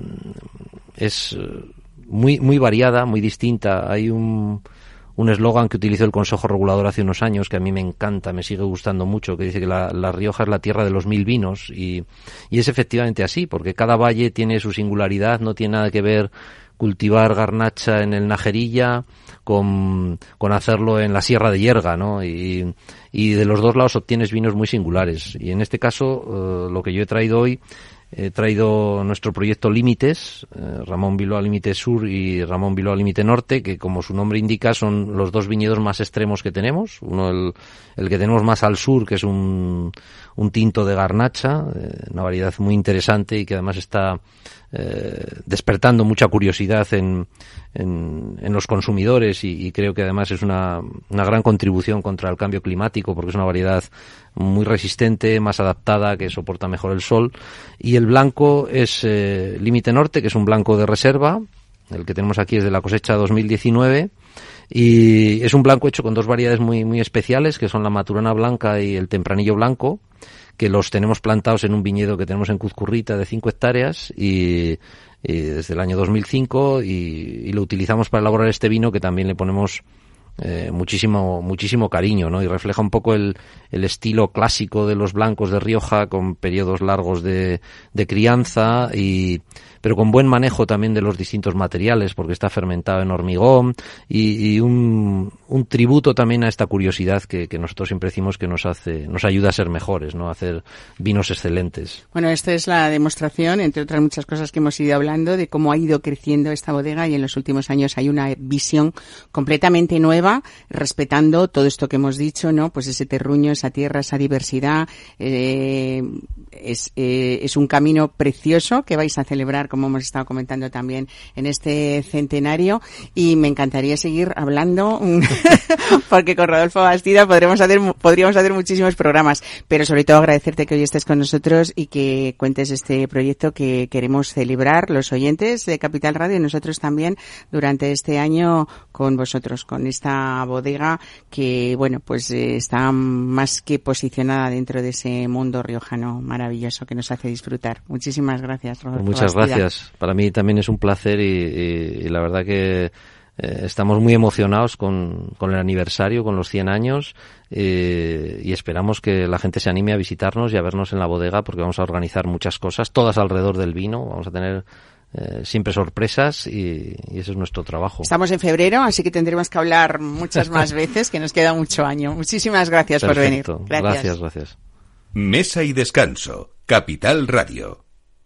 es muy muy variada, muy distinta. Hay un un eslogan que utilizó el Consejo Regulador hace unos años que a mí me encanta, me sigue gustando mucho, que dice que la, la Rioja es la tierra de los mil vinos, y, y es efectivamente así, porque cada valle tiene su singularidad, no tiene nada que ver cultivar garnacha en el Najerilla con, con hacerlo en la Sierra de Yerga, ¿no? Y, y de los dos lados obtienes vinos muy singulares. Y en este caso, uh, lo que yo he traído hoy, he traído nuestro proyecto Límites, eh, Ramón Bilbao Límite Sur y Ramón Bilbao Límite Norte, que como su nombre indica son los dos viñedos más extremos que tenemos. Uno el, el que tenemos más al sur, que es un, un tinto de garnacha, eh, una variedad muy interesante y que además está eh, despertando mucha curiosidad en, en, en los consumidores, y, y creo que además es una, una gran contribución contra el cambio climático, porque es una variedad muy resistente, más adaptada, que soporta mejor el sol. Y el blanco es eh, Límite Norte, que es un blanco de reserva. El que tenemos aquí es de la cosecha dos mil diecinueve y es un blanco hecho con dos variedades muy muy especiales, que son la Maturana Blanca y el Tempranillo Blanco, que los tenemos plantados en un viñedo que tenemos en Cuzcurrita de cinco hectáreas y, y desde el año dos mil cinco, y, y lo utilizamos para elaborar este vino, que también le ponemos Eh, muchísimo muchísimo cariño, ¿no? Y refleja un poco el, el estilo clásico de los blancos de Rioja, con periodos largos de, de crianza, y pero con buen manejo también de los distintos materiales, porque está fermentado en hormigón, y, y un, un tributo también a esta curiosidad que, que nosotros siempre decimos que nos hace, nos ayuda a ser mejores, ¿no? A hacer vinos excelentes. Bueno, esta es la demostración, entre otras muchas cosas que hemos ido hablando, de cómo ha ido creciendo esta bodega, y en los últimos años hay una visión completamente nueva, respetando todo esto que hemos dicho, ¿no? Pues ese terruño, esa tierra, esa diversidad. Eh, es, eh, es un camino precioso que vais a celebrar, como hemos estado comentando también, en este centenario, y me encantaría seguir hablando porque con Rodolfo Bastida podremos hacer, podríamos hacer muchísimos programas, pero sobre todo agradecerte que hoy estés con nosotros y que cuentes este proyecto que queremos celebrar los oyentes de Capital Radio y nosotros también durante este año con vosotros, con esta bodega que, bueno, pues eh, está más que posicionada dentro de ese mundo riojano maravilloso que nos hace disfrutar. Muchísimas gracias, Rodolfo Muchas Bastida. Gracias. Para mí también es un placer, y, y, y la verdad que eh, estamos muy emocionados con, con el aniversario, con los cien años, eh, y esperamos que la gente se anime a visitarnos y a vernos en la bodega, porque vamos a organizar muchas cosas, todas alrededor del vino. Vamos a tener Eh, siempre sorpresas, y, y ese es nuestro trabajo. Estamos en febrero, así que tendremos que hablar muchas más veces, que nos queda mucho año. Muchísimas gracias Perfecto. por venir. Gracias, gracias. Mesa y Descanso, Capital Radio.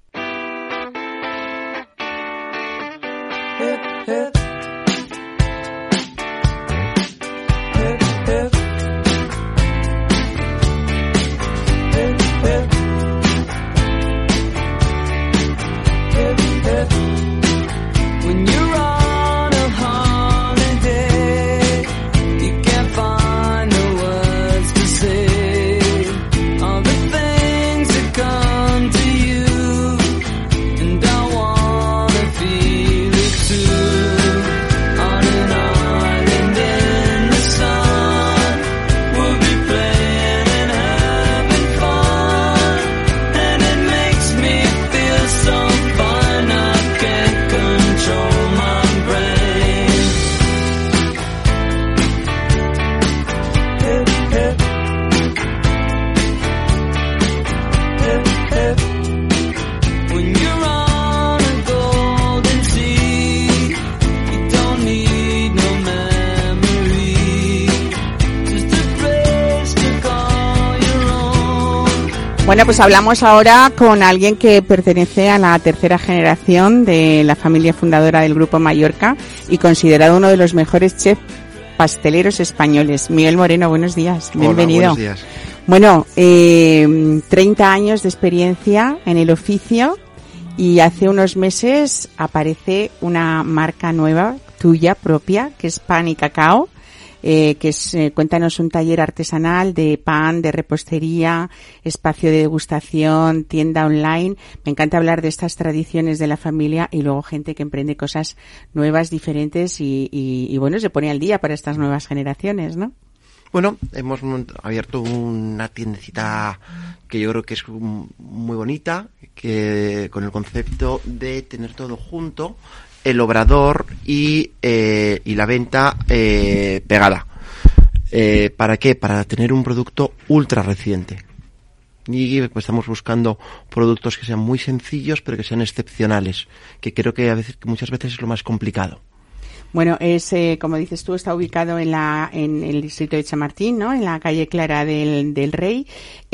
Bueno, pues hablamos ahora con alguien que pertenece a la tercera generación de la familia fundadora del Grupo Mallorca y considerado uno de los mejores chefs pasteleros españoles. Miguel Moreno, buenos días. Bienvenido. Hola, buenos días. Bueno, eh, treinta años de experiencia en el oficio, y hace unos meses aparece una marca nueva tuya propia, que es Pan y Cacao. Eh, que es, eh, cuéntanos, un taller artesanal de pan, de repostería, espacio de degustación, tienda online. Me encanta hablar de estas tradiciones de la familia y luego gente que emprende cosas nuevas, diferentes y, y, y bueno, se pone al día para estas nuevas generaciones, ¿no? Bueno, hemos abierto una tiendecita que yo creo que es muy bonita, que con el concepto de tener todo junto, el obrador y, eh, y la venta eh, pegada. Eh, ¿Para qué? Para tener un producto ultra reciente. Y pues, estamos buscando productos que sean muy sencillos, pero que sean excepcionales, que creo que a veces, que muchas veces es lo más complicado. Bueno, es, eh, como dices tú, está ubicado en la, en el distrito de Chamartín, ¿no? En la calle Clara del, del Rey.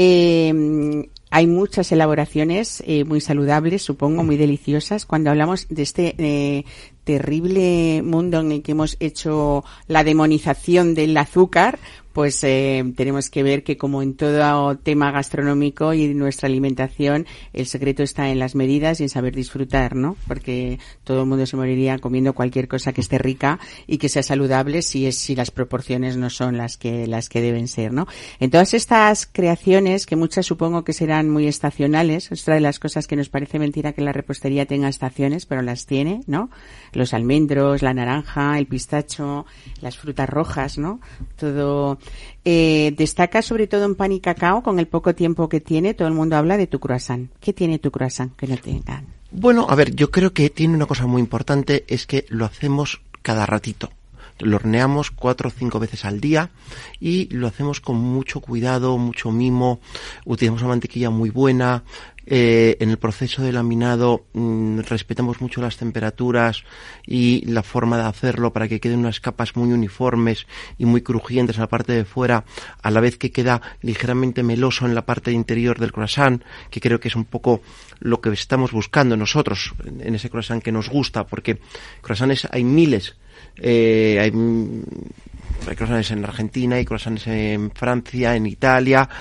Eh, hay muchas elaboraciones eh, muy saludables, supongo, muy deliciosas. Cuando hablamos de este eh, terrible mundo en el que hemos hecho la demonización del azúcar, pues eh, tenemos que ver que, como en todo tema gastronómico y nuestra alimentación, el secreto está en las medidas y en saber disfrutar, ¿no? Porque todo el mundo se moriría comiendo cualquier cosa que esté rica y que sea saludable si es si las proporciones no son las que las que deben ser, ¿no? En todas estas creaciones, que muchas supongo que serán muy estacionales, otra de las cosas que nos parece mentira que la repostería tenga estaciones, pero las tiene, ¿no? Los almendros, la naranja, el pistacho, las frutas rojas, ¿no? Todo. Eh, destaca sobre todo en pan y cacao, con el poco tiempo que tiene. Todo el mundo habla de tu croissant. ¿Qué tiene tu croissant que no tengan? Bueno, a ver, yo creo que tiene una cosa muy importante, es que lo hacemos cada ratito. Lo horneamos cuatro o cinco veces al día y lo hacemos con mucho cuidado, mucho mimo. Utilizamos una mantequilla muy buena. Eh, en el proceso de laminado mmm, respetamos mucho las temperaturas y la forma de hacerlo para que queden unas capas muy uniformes y muy crujientes en la parte de fuera, a la vez que queda ligeramente meloso en la parte interior del croissant, que creo que es un poco lo que estamos buscando nosotros en ese croissant que nos gusta, porque croissants hay miles. Eh, hay, hay croissants en Argentina, hay croissants en Francia, en Italia,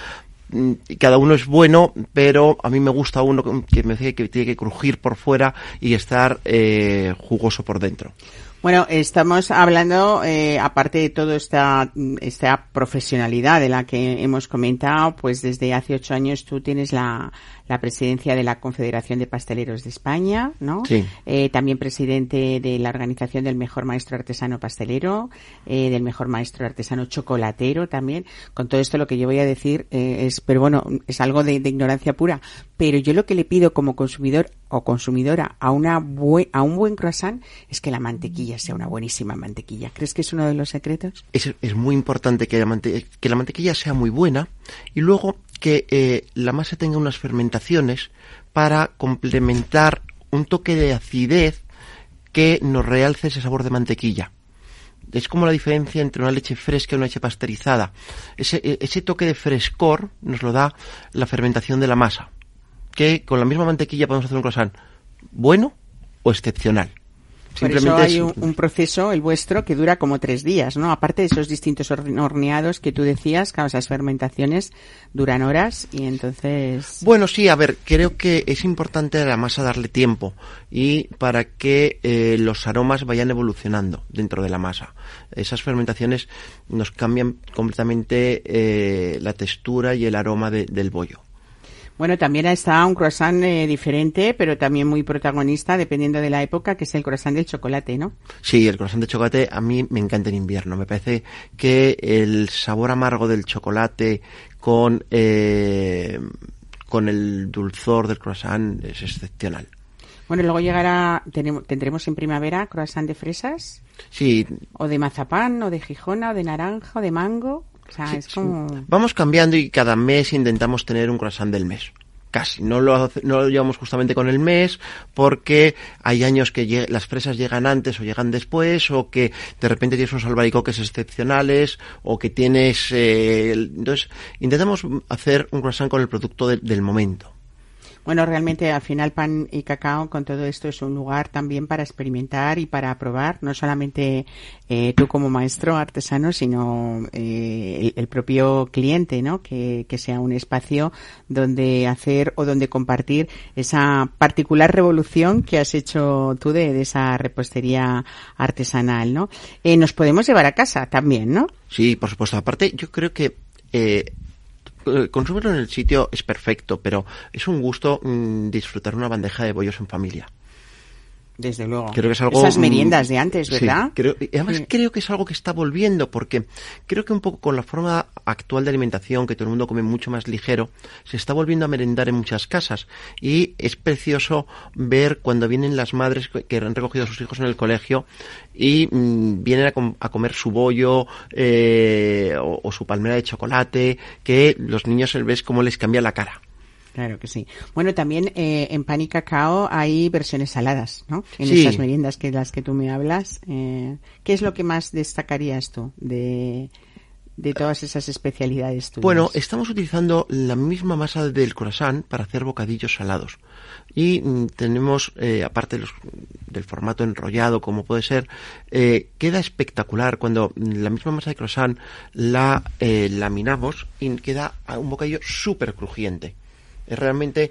y cada uno es bueno, pero a mí me gusta uno que me dice que tiene que crujir por fuera y estar eh, jugoso por dentro. Bueno, estamos hablando, eh, aparte de toda esta, esta profesionalidad de la que hemos comentado, pues desde hace ocho años tú tienes la, la presidencia de la Confederación de Pasteleros de España, ¿no? Sí. Eh, también presidente de la organización del Mejor Maestro Artesano Pastelero, eh, del Mejor Maestro Artesano Chocolatero también. Con todo esto lo que yo voy a decir eh, es, pero bueno, es algo de, de ignorancia pura. Pero yo lo que le pido como consumidor o consumidora a una buen, a un buen croissant es que la mantequilla sea una buenísima mantequilla. ¿Crees que es uno de los secretos? Es, es muy importante que la, mante- que la mantequilla sea muy buena y luego que eh, la masa tenga unas fermentaciones para complementar un toque de acidez que nos realce ese sabor de mantequilla. Es como la diferencia entre una leche fresca y una leche pasteurizada. Ese, ese toque de frescor nos lo da la fermentación de la masa, que con la misma mantequilla podemos hacer un croissant bueno o excepcional. Por eso hay un, un proceso, el vuestro, que dura como tres días, ¿no? Aparte de esos distintos horneados que tú decías, claro, esas fermentaciones duran horas y entonces... Bueno, sí, a ver, creo que es importante a la masa darle tiempo y para que eh, los aromas vayan evolucionando dentro de la masa. Esas fermentaciones nos cambian completamente eh, la textura y el aroma de, del bollo. Bueno, también está un croissant eh, diferente, pero también muy protagonista, dependiendo de la época, que es el croissant del chocolate, ¿no? Sí, el croissant de chocolate a mí me encanta en invierno. Me parece que el sabor amargo del chocolate con, eh, con el dulzor del croissant es excepcional. Bueno, luego llegará, tenemos, tendremos en primavera croissant de fresas. Sí. O de mazapán, o de gijona, o de naranja, o de mango. O sea, sí, es como... sí. Vamos cambiando y cada mes intentamos tener un croissant del mes. Casi. No lo, no lo llevamos justamente con el mes porque hay años que lleg- las fresas llegan antes o llegan después, o que de repente tienes unos albaricoques excepcionales, o que tienes... Eh, entonces, intentamos hacer un croissant con el producto de, del momento. Bueno, realmente al final Pan y Cacao con todo esto es un lugar también para experimentar y para probar, no solamente eh, tú como maestro artesano, sino eh, el, el propio cliente, ¿no? Que, que sea un espacio donde hacer o donde compartir esa particular revolución que has hecho tú de, de esa repostería artesanal, ¿no? Eh, nos podemos llevar a casa también, ¿no? Sí, por supuesto. Aparte, yo creo que... Eh, consumirlo en el sitio es perfecto, pero es un gusto mmm, disfrutar una bandeja de bollos en familia. Desde luego. Creo que es algo, esas meriendas de antes, ¿verdad? Sí, creo, y además sí. creo que es algo que está volviendo, porque creo que un poco con la forma actual de alimentación, que todo el mundo come mucho más ligero, se está volviendo a merendar en muchas casas. Y es precioso ver cuando vienen las madres que han recogido a sus hijos en el colegio y mmm, vienen a, com- a comer su bollo eh, o, o su palmera de chocolate, que los niños ves cómo les cambia la cara. Claro que sí. Bueno, también eh, en Pan y Cacao hay versiones saladas, ¿no? En sí. esas meriendas que las que tú me hablas. Eh, ¿Qué es lo que más destacarías tú de, de todas esas especialidades tuyas? Bueno, estamos utilizando la misma masa del croissant para hacer bocadillos salados. Y mm, tenemos, eh, aparte de los, del formato enrollado, como puede ser, eh, queda espectacular cuando la misma masa de croissant la eh, laminamos y queda un bocadillo súper crujiente. Es realmente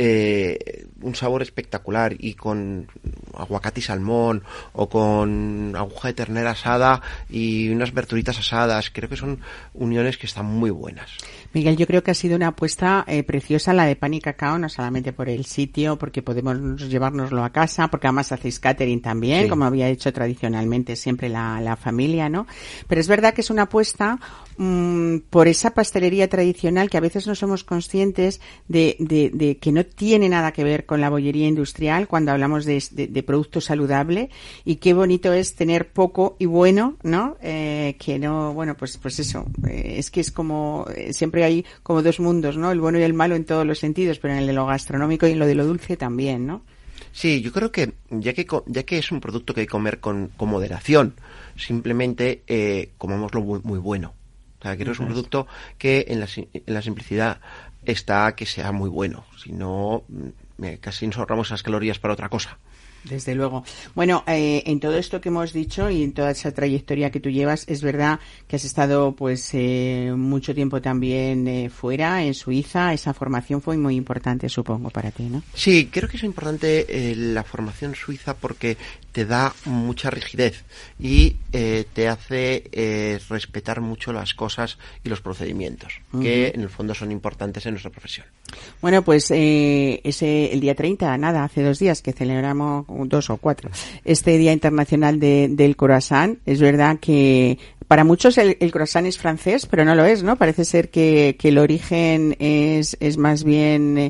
eh, un sabor espectacular, y con aguacate y salmón o con aguja de ternera asada y unas verduritas asadas. Creo que son uniones que están muy buenas. Miguel, yo creo que ha sido una apuesta eh, preciosa la de Pan y Cacao, no solamente por el sitio, porque podemos llevárnoslo a casa, porque además hacéis catering también, sí. como había hecho tradicionalmente siempre la, la familia, ¿no? Pero es verdad que es una apuesta mmm, por esa pastelería tradicional que a veces no somos conscientes de, de, de que no tiene nada que ver con la bollería industrial cuando hablamos de, de, de producto saludable, y qué bonito es tener poco y bueno, ¿no? Eh, que no, bueno, pues, pues eso, eh, es que es como, eh, siempre hay como dos mundos, ¿no? El bueno y el malo en todos los sentidos, pero en el de lo gastronómico y en lo de lo dulce también, ¿no? Sí, yo creo que ya que ya que es un producto que hay que comer con, con moderación, simplemente eh, comámoslo muy, muy bueno. O sea, creo que es un producto que en la, en la simplicidad está que sea muy bueno. Si no, casi nos ahorramos esas calorías para otra cosa. Desde luego. Bueno, eh, en todo esto que hemos dicho y en toda esa trayectoria que tú llevas, es verdad que has estado pues eh, mucho tiempo también eh, fuera, en Suiza. Esa formación fue muy importante, supongo, para ti, ¿no? Sí, creo que es importante eh, la formación suiza porque te da mucha rigidez y eh, te hace eh, respetar mucho las cosas y los procedimientos, uh-huh. que en el fondo son importantes en nuestra profesión. Bueno, pues eh, ese el día treinta, nada, hace dos días que celebramos, dos o cuatro, este Día Internacional de, del Croissant. Es verdad que para muchos el, el croissant es francés, pero no lo es, ¿no? Parece ser que, que el origen es, es más bien...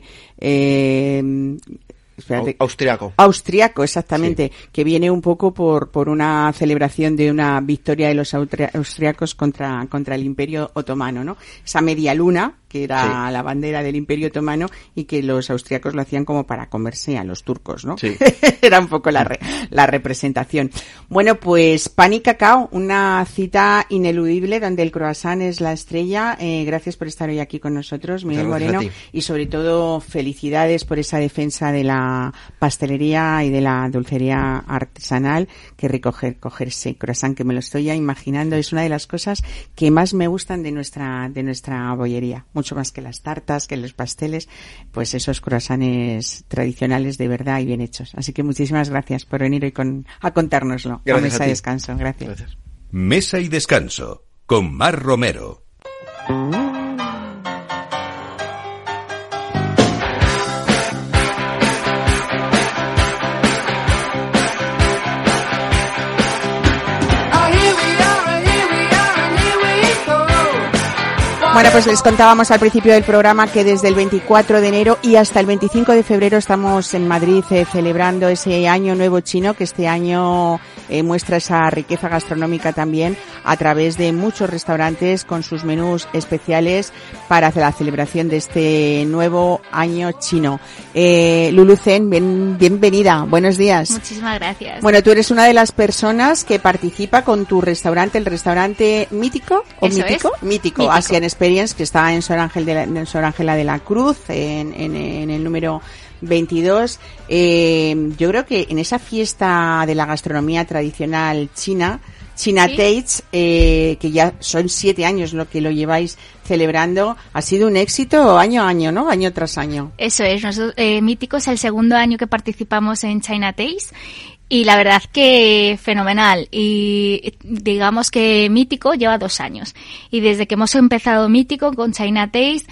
Eh, Espérate. Austriaco. Austriaco, exactamente, sí. Que viene un poco por por una celebración de una victoria de los austri- austriacos contra contra el Imperio Otomano, ¿no? Esa media luna que era sí. la bandera del Imperio Otomano y que los austriacos lo hacían como para comerse a los turcos, ¿no? Sí. Era un poco la re- la representación. Bueno, pues Pan y Cacao, una cita ineludible donde el croissant es la estrella. Eh, gracias por estar hoy aquí con nosotros, Miguel Moreno, y sobre todo felicidades por esa defensa de la pastelería y de la dulcería artesanal. Qué rico cogerse croissant, que me lo estoy ya imaginando, es una de las cosas que más me gustan de nuestra de nuestra bollería, mucho más que las tartas, que los pasteles, pues esos croissants tradicionales de verdad y bien hechos. Así que muchísimas gracias por venir hoy con, a contárnoslo. Gracias a Mesa a y Descanso. Gracias. Gracias. Mesa y Descanso con Mar Romero. Bueno, pues les contábamos al principio del programa que desde el veinticuatro de enero y hasta el veinticinco de febrero estamos en Madrid eh, celebrando ese Año Nuevo Chino, que este año eh, muestra esa riqueza gastronómica también a través de muchos restaurantes con sus menús especiales para la celebración de este nuevo Año Chino. Eh, Lulu Zen, bien, bienvenida, buenos días. Muchísimas gracias. Bueno, tú eres una de las personas que participa con tu restaurante, el restaurante Mítico, ¿o Eso Mítico? Es. Mítico, Mítico. Asian Experience, que está en Sor, Ángel de la, en Sor Ángela de la Cruz, en, en, en el número veintidós. Eh, yo creo que en esa fiesta de la gastronomía tradicional china, China ¿Sí? Taste, eh, que ya son siete años lo que lo lleváis celebrando, ha sido un éxito año a año, ¿no? Año tras año. Eso es. Nosotros, eh, Mítico es el segundo año que participamos en China Taste. Y la verdad que fenomenal. Y digamos que Mítico lleva dos años. Y desde que hemos empezado Mítico con China Taste,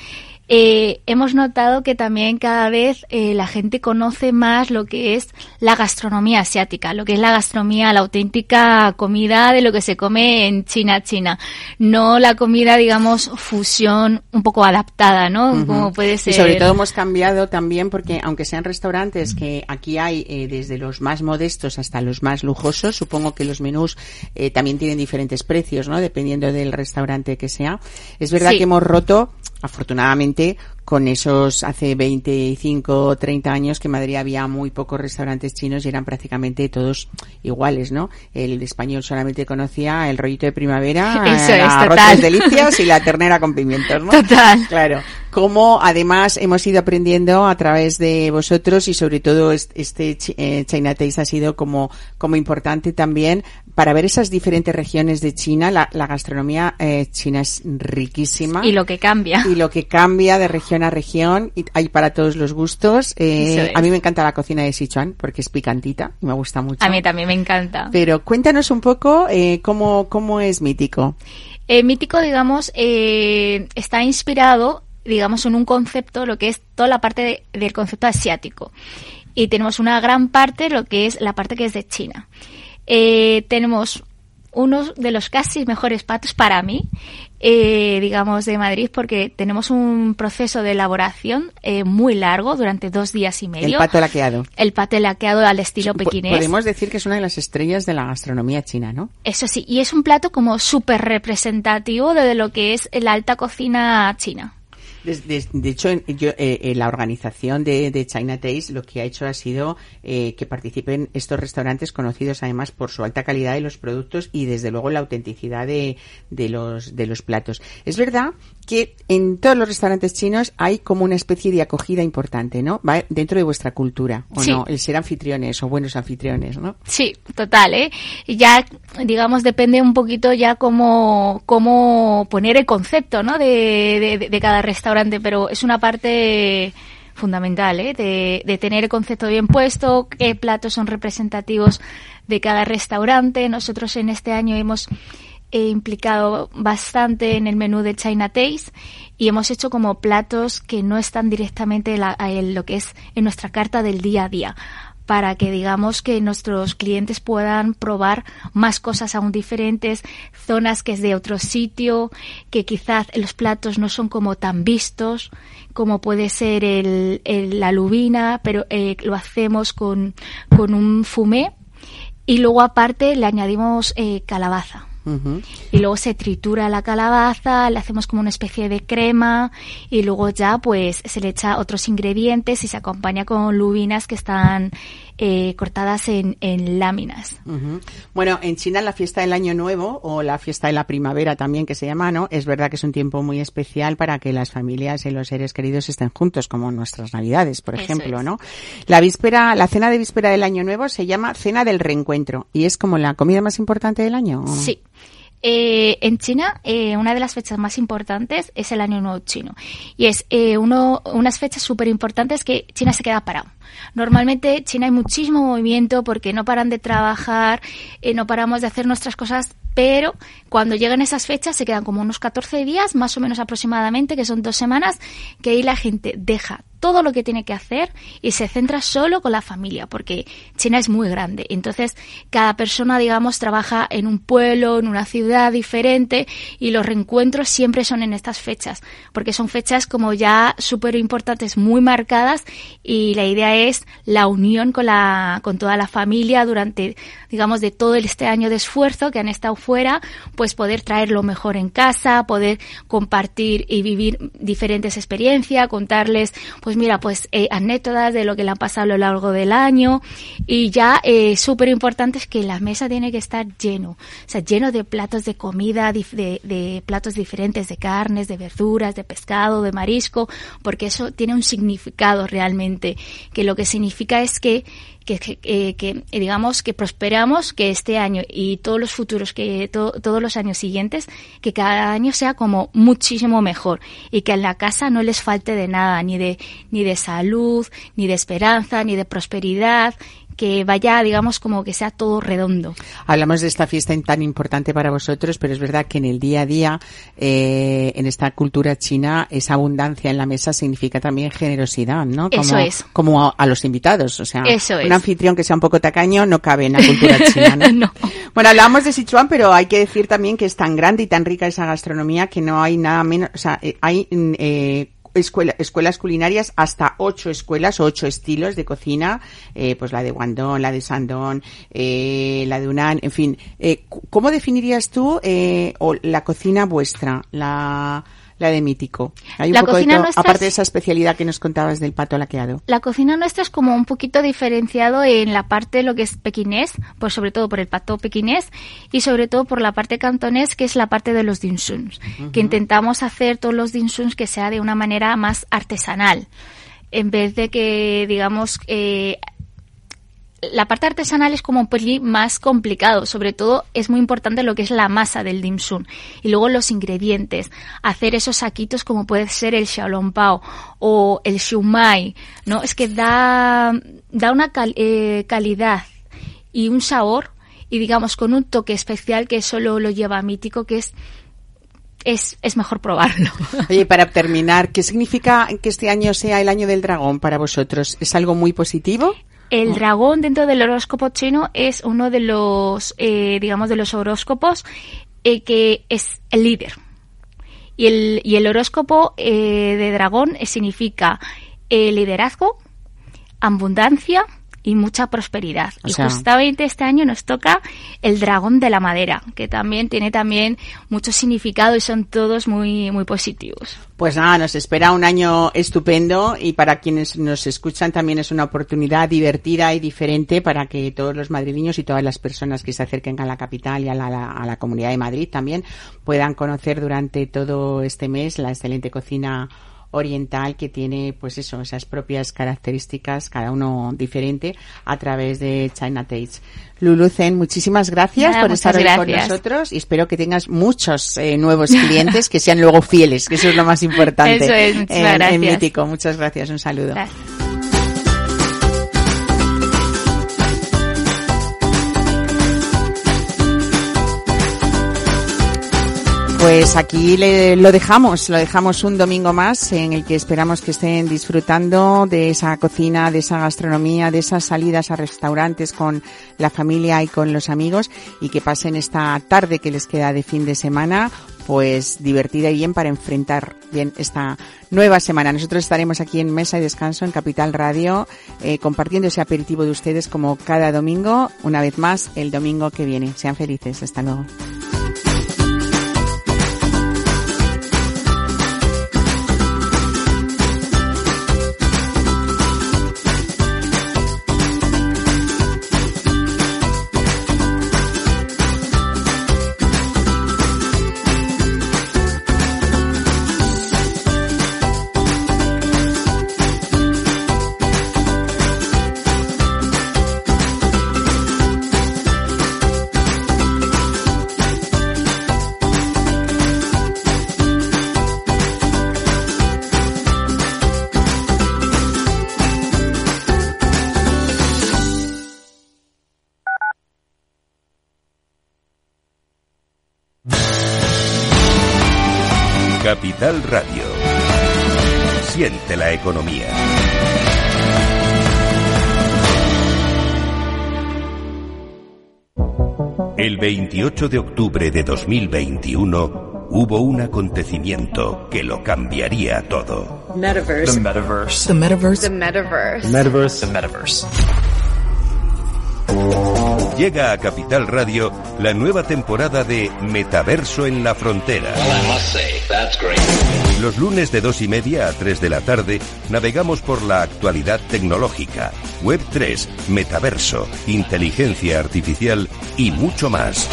eh, hemos notado que también cada vez eh, la gente conoce más lo que es la gastronomía asiática, lo que es la gastronomía, la auténtica comida de lo que se come en China, China. No la comida, digamos, fusión un poco adaptada, ¿no? Uh-huh. Como puede ser. Y sobre todo hemos cambiado también porque, aunque sean restaurantes que aquí hay eh, desde los más modestos hasta los más lujosos, supongo que los menús eh, también tienen diferentes precios, ¿no? Dependiendo del restaurante que sea. Es verdad sí. que hemos roto, afortunadamente, con esos hace veinticinco o treinta años que en Madrid había muy pocos restaurantes chinos y eran prácticamente todos iguales, ¿no? El español solamente conocía el rollito de primavera, Eso es, arroces delicias y la ternera con pimientos, ¿no? Total. Claro. Como además hemos ido aprendiendo a través de vosotros y sobre todo este eh, China Taste ha sido como, como importante también para ver esas diferentes regiones de China. La, la gastronomía eh, china es riquísima. Y lo que cambia. Y lo que cambia de región a región. Y hay para todos los gustos. Eh, a mí me encanta la cocina de Sichuan porque es picantita y me gusta mucho. A mí también me encanta. Pero cuéntanos un poco eh, cómo, cómo es Mítico. Eh, Mítico, digamos, eh, está inspirado, digamos, en un concepto, lo que es toda la parte de, del concepto asiático. Y tenemos una gran parte, lo que es la parte que es de China. Eh, tenemos uno de los casi mejores platos para mí, eh, digamos, de Madrid, porque tenemos un proceso de elaboración eh, muy largo, durante dos días y medio. El pato laqueado. El pato laqueado al estilo pequinés. Podemos decir que es una de las estrellas de la gastronomía china, ¿no? Eso sí, y es un plato como súper representativo de lo que es la alta cocina china. De, de, de hecho, yo, eh, eh, la organización de, de China Taste lo que ha hecho ha sido eh, que participen estos restaurantes conocidos además por su alta calidad de los productos y desde luego la autenticidad de, de los de los platos. Es verdad que en todos los restaurantes chinos hay como una especie de acogida importante, ¿no? Va dentro de vuestra cultura, ¿o sí. no? El ser anfitriones o buenos anfitriones, ¿no? Sí, total, ¿eh? Ya, digamos, depende un poquito ya cómo, cómo poner el concepto, ¿no? De, de, de cada restaurante, pero es una parte fundamental, ¿eh? De, de tener el concepto bien puesto, qué platos son representativos de cada restaurante. Nosotros en este año hemos he implicado bastante en el menú de China Taste y hemos hecho como platos que no están directamente la, en lo que es en nuestra carta del día a día, para que digamos que nuestros clientes puedan probar más cosas aún diferentes, zonas que es de otro sitio, que quizás los platos no son como tan vistos, como puede ser el, el, la lubina, pero eh, lo hacemos con, con un fumé y luego aparte le añadimos eh, calabaza. Uh-huh. Y luego se tritura la calabaza, le hacemos como una especie de crema y luego ya pues se le echa otros ingredientes y se acompaña con lubinas que están eh, cortadas en, en láminas. Uh-huh. Bueno, en China la fiesta del Año Nuevo o la fiesta de la primavera también que se llama, ¿no? Es verdad que es un tiempo muy especial para que las familias y los seres queridos estén juntos, como nuestras Navidades, por ejemplo, es. ¿no? La víspera, la cena de víspera del Año Nuevo se llama Cena del Reencuentro y es como la comida más importante del año, ¿o? Sí. Eh, en China, eh, una de las fechas más importantes es el Año Nuevo chino. Y es eh, uno, unas fechas súper importantes que China se queda parado. Normalmente China hay muchísimo movimiento porque no paran de trabajar, eh, no paramos de hacer nuestras cosas, pero cuando llegan esas fechas se quedan como unos catorce días, más o menos aproximadamente, que son dos semanas, que ahí la gente deja todo lo que tiene que hacer y se centra solo con la familia, porque China es muy grande. Entonces, cada persona, digamos, trabaja en un pueblo, en una ciudad diferente y los reencuentros siempre son en estas fechas, porque son fechas como ya súper importantes, muy marcadas y la idea es la unión con la con toda la familia durante, digamos, de todo este año de esfuerzo que han estado fuera, pues poder traer lo mejor en casa, poder compartir y vivir diferentes experiencias, contarles, pues mira, pues eh, anécdotas de lo que le han pasado a lo largo del año y ya eh, súper importante es que la mesa tiene que estar lleno, o sea, lleno de platos de comida, de, de, de platos diferentes, de carnes, de verduras, de pescado, de marisco, porque eso tiene un significado realmente, que lo que significa es que que, que, eh, que digamos que prosperamos, que este año y todos los futuros, que to, todos los años siguientes, que cada año sea como muchísimo mejor y que en la casa no les falte de nada, ni de ni de salud, ni de esperanza, ni de prosperidad, que vaya, digamos, como que sea todo redondo. Hablamos de esta fiesta tan importante para vosotros, pero es verdad que en el día a día, eh, en esta cultura china, esa abundancia en la mesa significa también generosidad, ¿no? Como, Eso es. Como a, a los invitados, o sea, Eso un es. anfitrión que sea un poco tacaño no cabe en la cultura china, ¿no? No. Bueno, hablábamos de Sichuan, pero hay que decir también que es tan grande y tan rica esa gastronomía que no hay nada menos, o sea, eh, hay eh, Escuela, escuelas culinarias, hasta ocho escuelas, ocho estilos de cocina, eh, pues la de Guangdong, la de Shandong, eh, la de Hunan, en fin. Eh, ¿Cómo definirías tú eh, o la cocina vuestra, la, la de Mítico? Hay un La poco cocina de todo, nuestra aparte de es- esa especialidad que nos contabas del pato laqueado. La cocina nuestra es como un poquito diferenciado en la parte de lo que es pequinés, pues sobre todo por el pato pequinés y sobre todo por la parte cantonés, que es la parte de los dim sums, uh-huh. que intentamos hacer todos los dim sums que sea de una manera más artesanal, en vez de que, digamos, eh, la parte artesanal es como un pelín más complicado, sobre todo es muy importante lo que es la masa del dim sum y luego los ingredientes, hacer esos saquitos como puede ser el xiaolongbao o el shumai, ¿no? Es que da, da una cal, eh, calidad y un sabor y digamos con un toque especial que solo lo lleva Mítico, que es Es, es mejor probarlo. Oye, para terminar, ¿qué significa que este año sea el año del dragón para vosotros? ¿Es algo muy positivo? El dragón dentro del horóscopo chino es uno de los, eh, digamos, de los horóscopos eh, que es el líder. Y el, y el horóscopo eh, de dragón eh, significa eh, liderazgo, abundancia y mucha prosperidad. O y sea, justamente este año nos toca el dragón de la madera, que también tiene también mucho significado y son todos muy, muy positivos. Pues nada, nos espera un año estupendo y para quienes nos escuchan también es una oportunidad divertida y diferente para que todos los madrileños y todas las personas que se acerquen a la capital y a la, a la, a la Comunidad de Madrid también puedan conocer durante todo este mes la excelente cocina oriental que tiene, pues eso, esas propias características, cada uno diferente, a través de China Taste. Lulu Zhen, muchísimas gracias Nada, por estar hoy gracias. con nosotros y espero que tengas muchos eh, nuevos clientes que sean luego fieles, que eso es lo más importante. Eso es, muchísimas en, gracias. en Mítico. Muchas gracias, un saludo. Gracias. Pues aquí le, lo dejamos, lo dejamos un domingo más en el que esperamos que estén disfrutando de esa cocina, de esa gastronomía, de esas salidas a restaurantes con la familia y con los amigos y que pasen esta tarde que les queda de fin de semana pues divertida y bien para enfrentar bien esta nueva semana. Nosotros estaremos aquí en Mesa y Descanso en Capital Radio eh, compartiendo ese aperitivo de ustedes como cada domingo, una vez más el domingo que viene. Sean felices, hasta luego. Capital Radio. Siente la economía. El veintiocho de octubre de dos mil veintiuno hubo un acontecimiento que lo cambiaría todo. Metaverse. The metaverse. The metaverse. The metaverse. Metaverse. The metaverse. Llega a Capital Radio la nueva temporada de Metaverso en la Frontera. Los lunes de dos y media a tres de la tarde navegamos por la actualidad tecnológica, web tres, metaverso, inteligencia artificial y mucho más.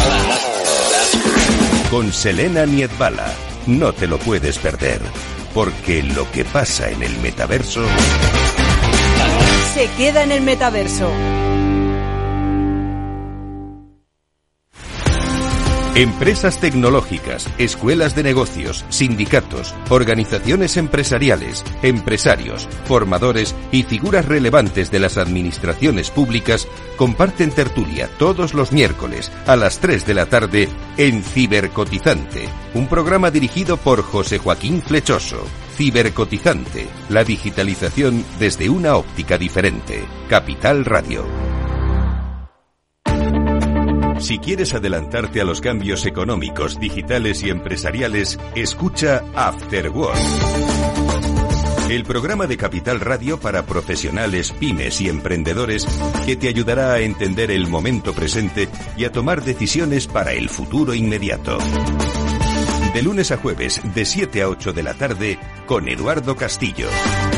Con Selena Niedbala. No te lo puedes perder, porque lo que pasa en el metaverso Se queda en el metaverso. Empresas tecnológicas, escuelas de negocios, sindicatos, organizaciones empresariales, empresarios, formadores y figuras relevantes de las administraciones públicas comparten tertulia todos los miércoles a las tres de la tarde en Cibercotizante, un programa dirigido por José Joaquín Flechoso. Cibercotizante, la digitalización desde una óptica diferente. Capital Radio. Si quieres adelantarte a los cambios económicos, digitales y empresariales, escucha After Work. El programa de Capital Radio para profesionales, pymes y emprendedores que te ayudará a entender el momento presente y a tomar decisiones para el futuro inmediato. De lunes a jueves, de siete a ocho de la tarde, con Eduardo Castillo.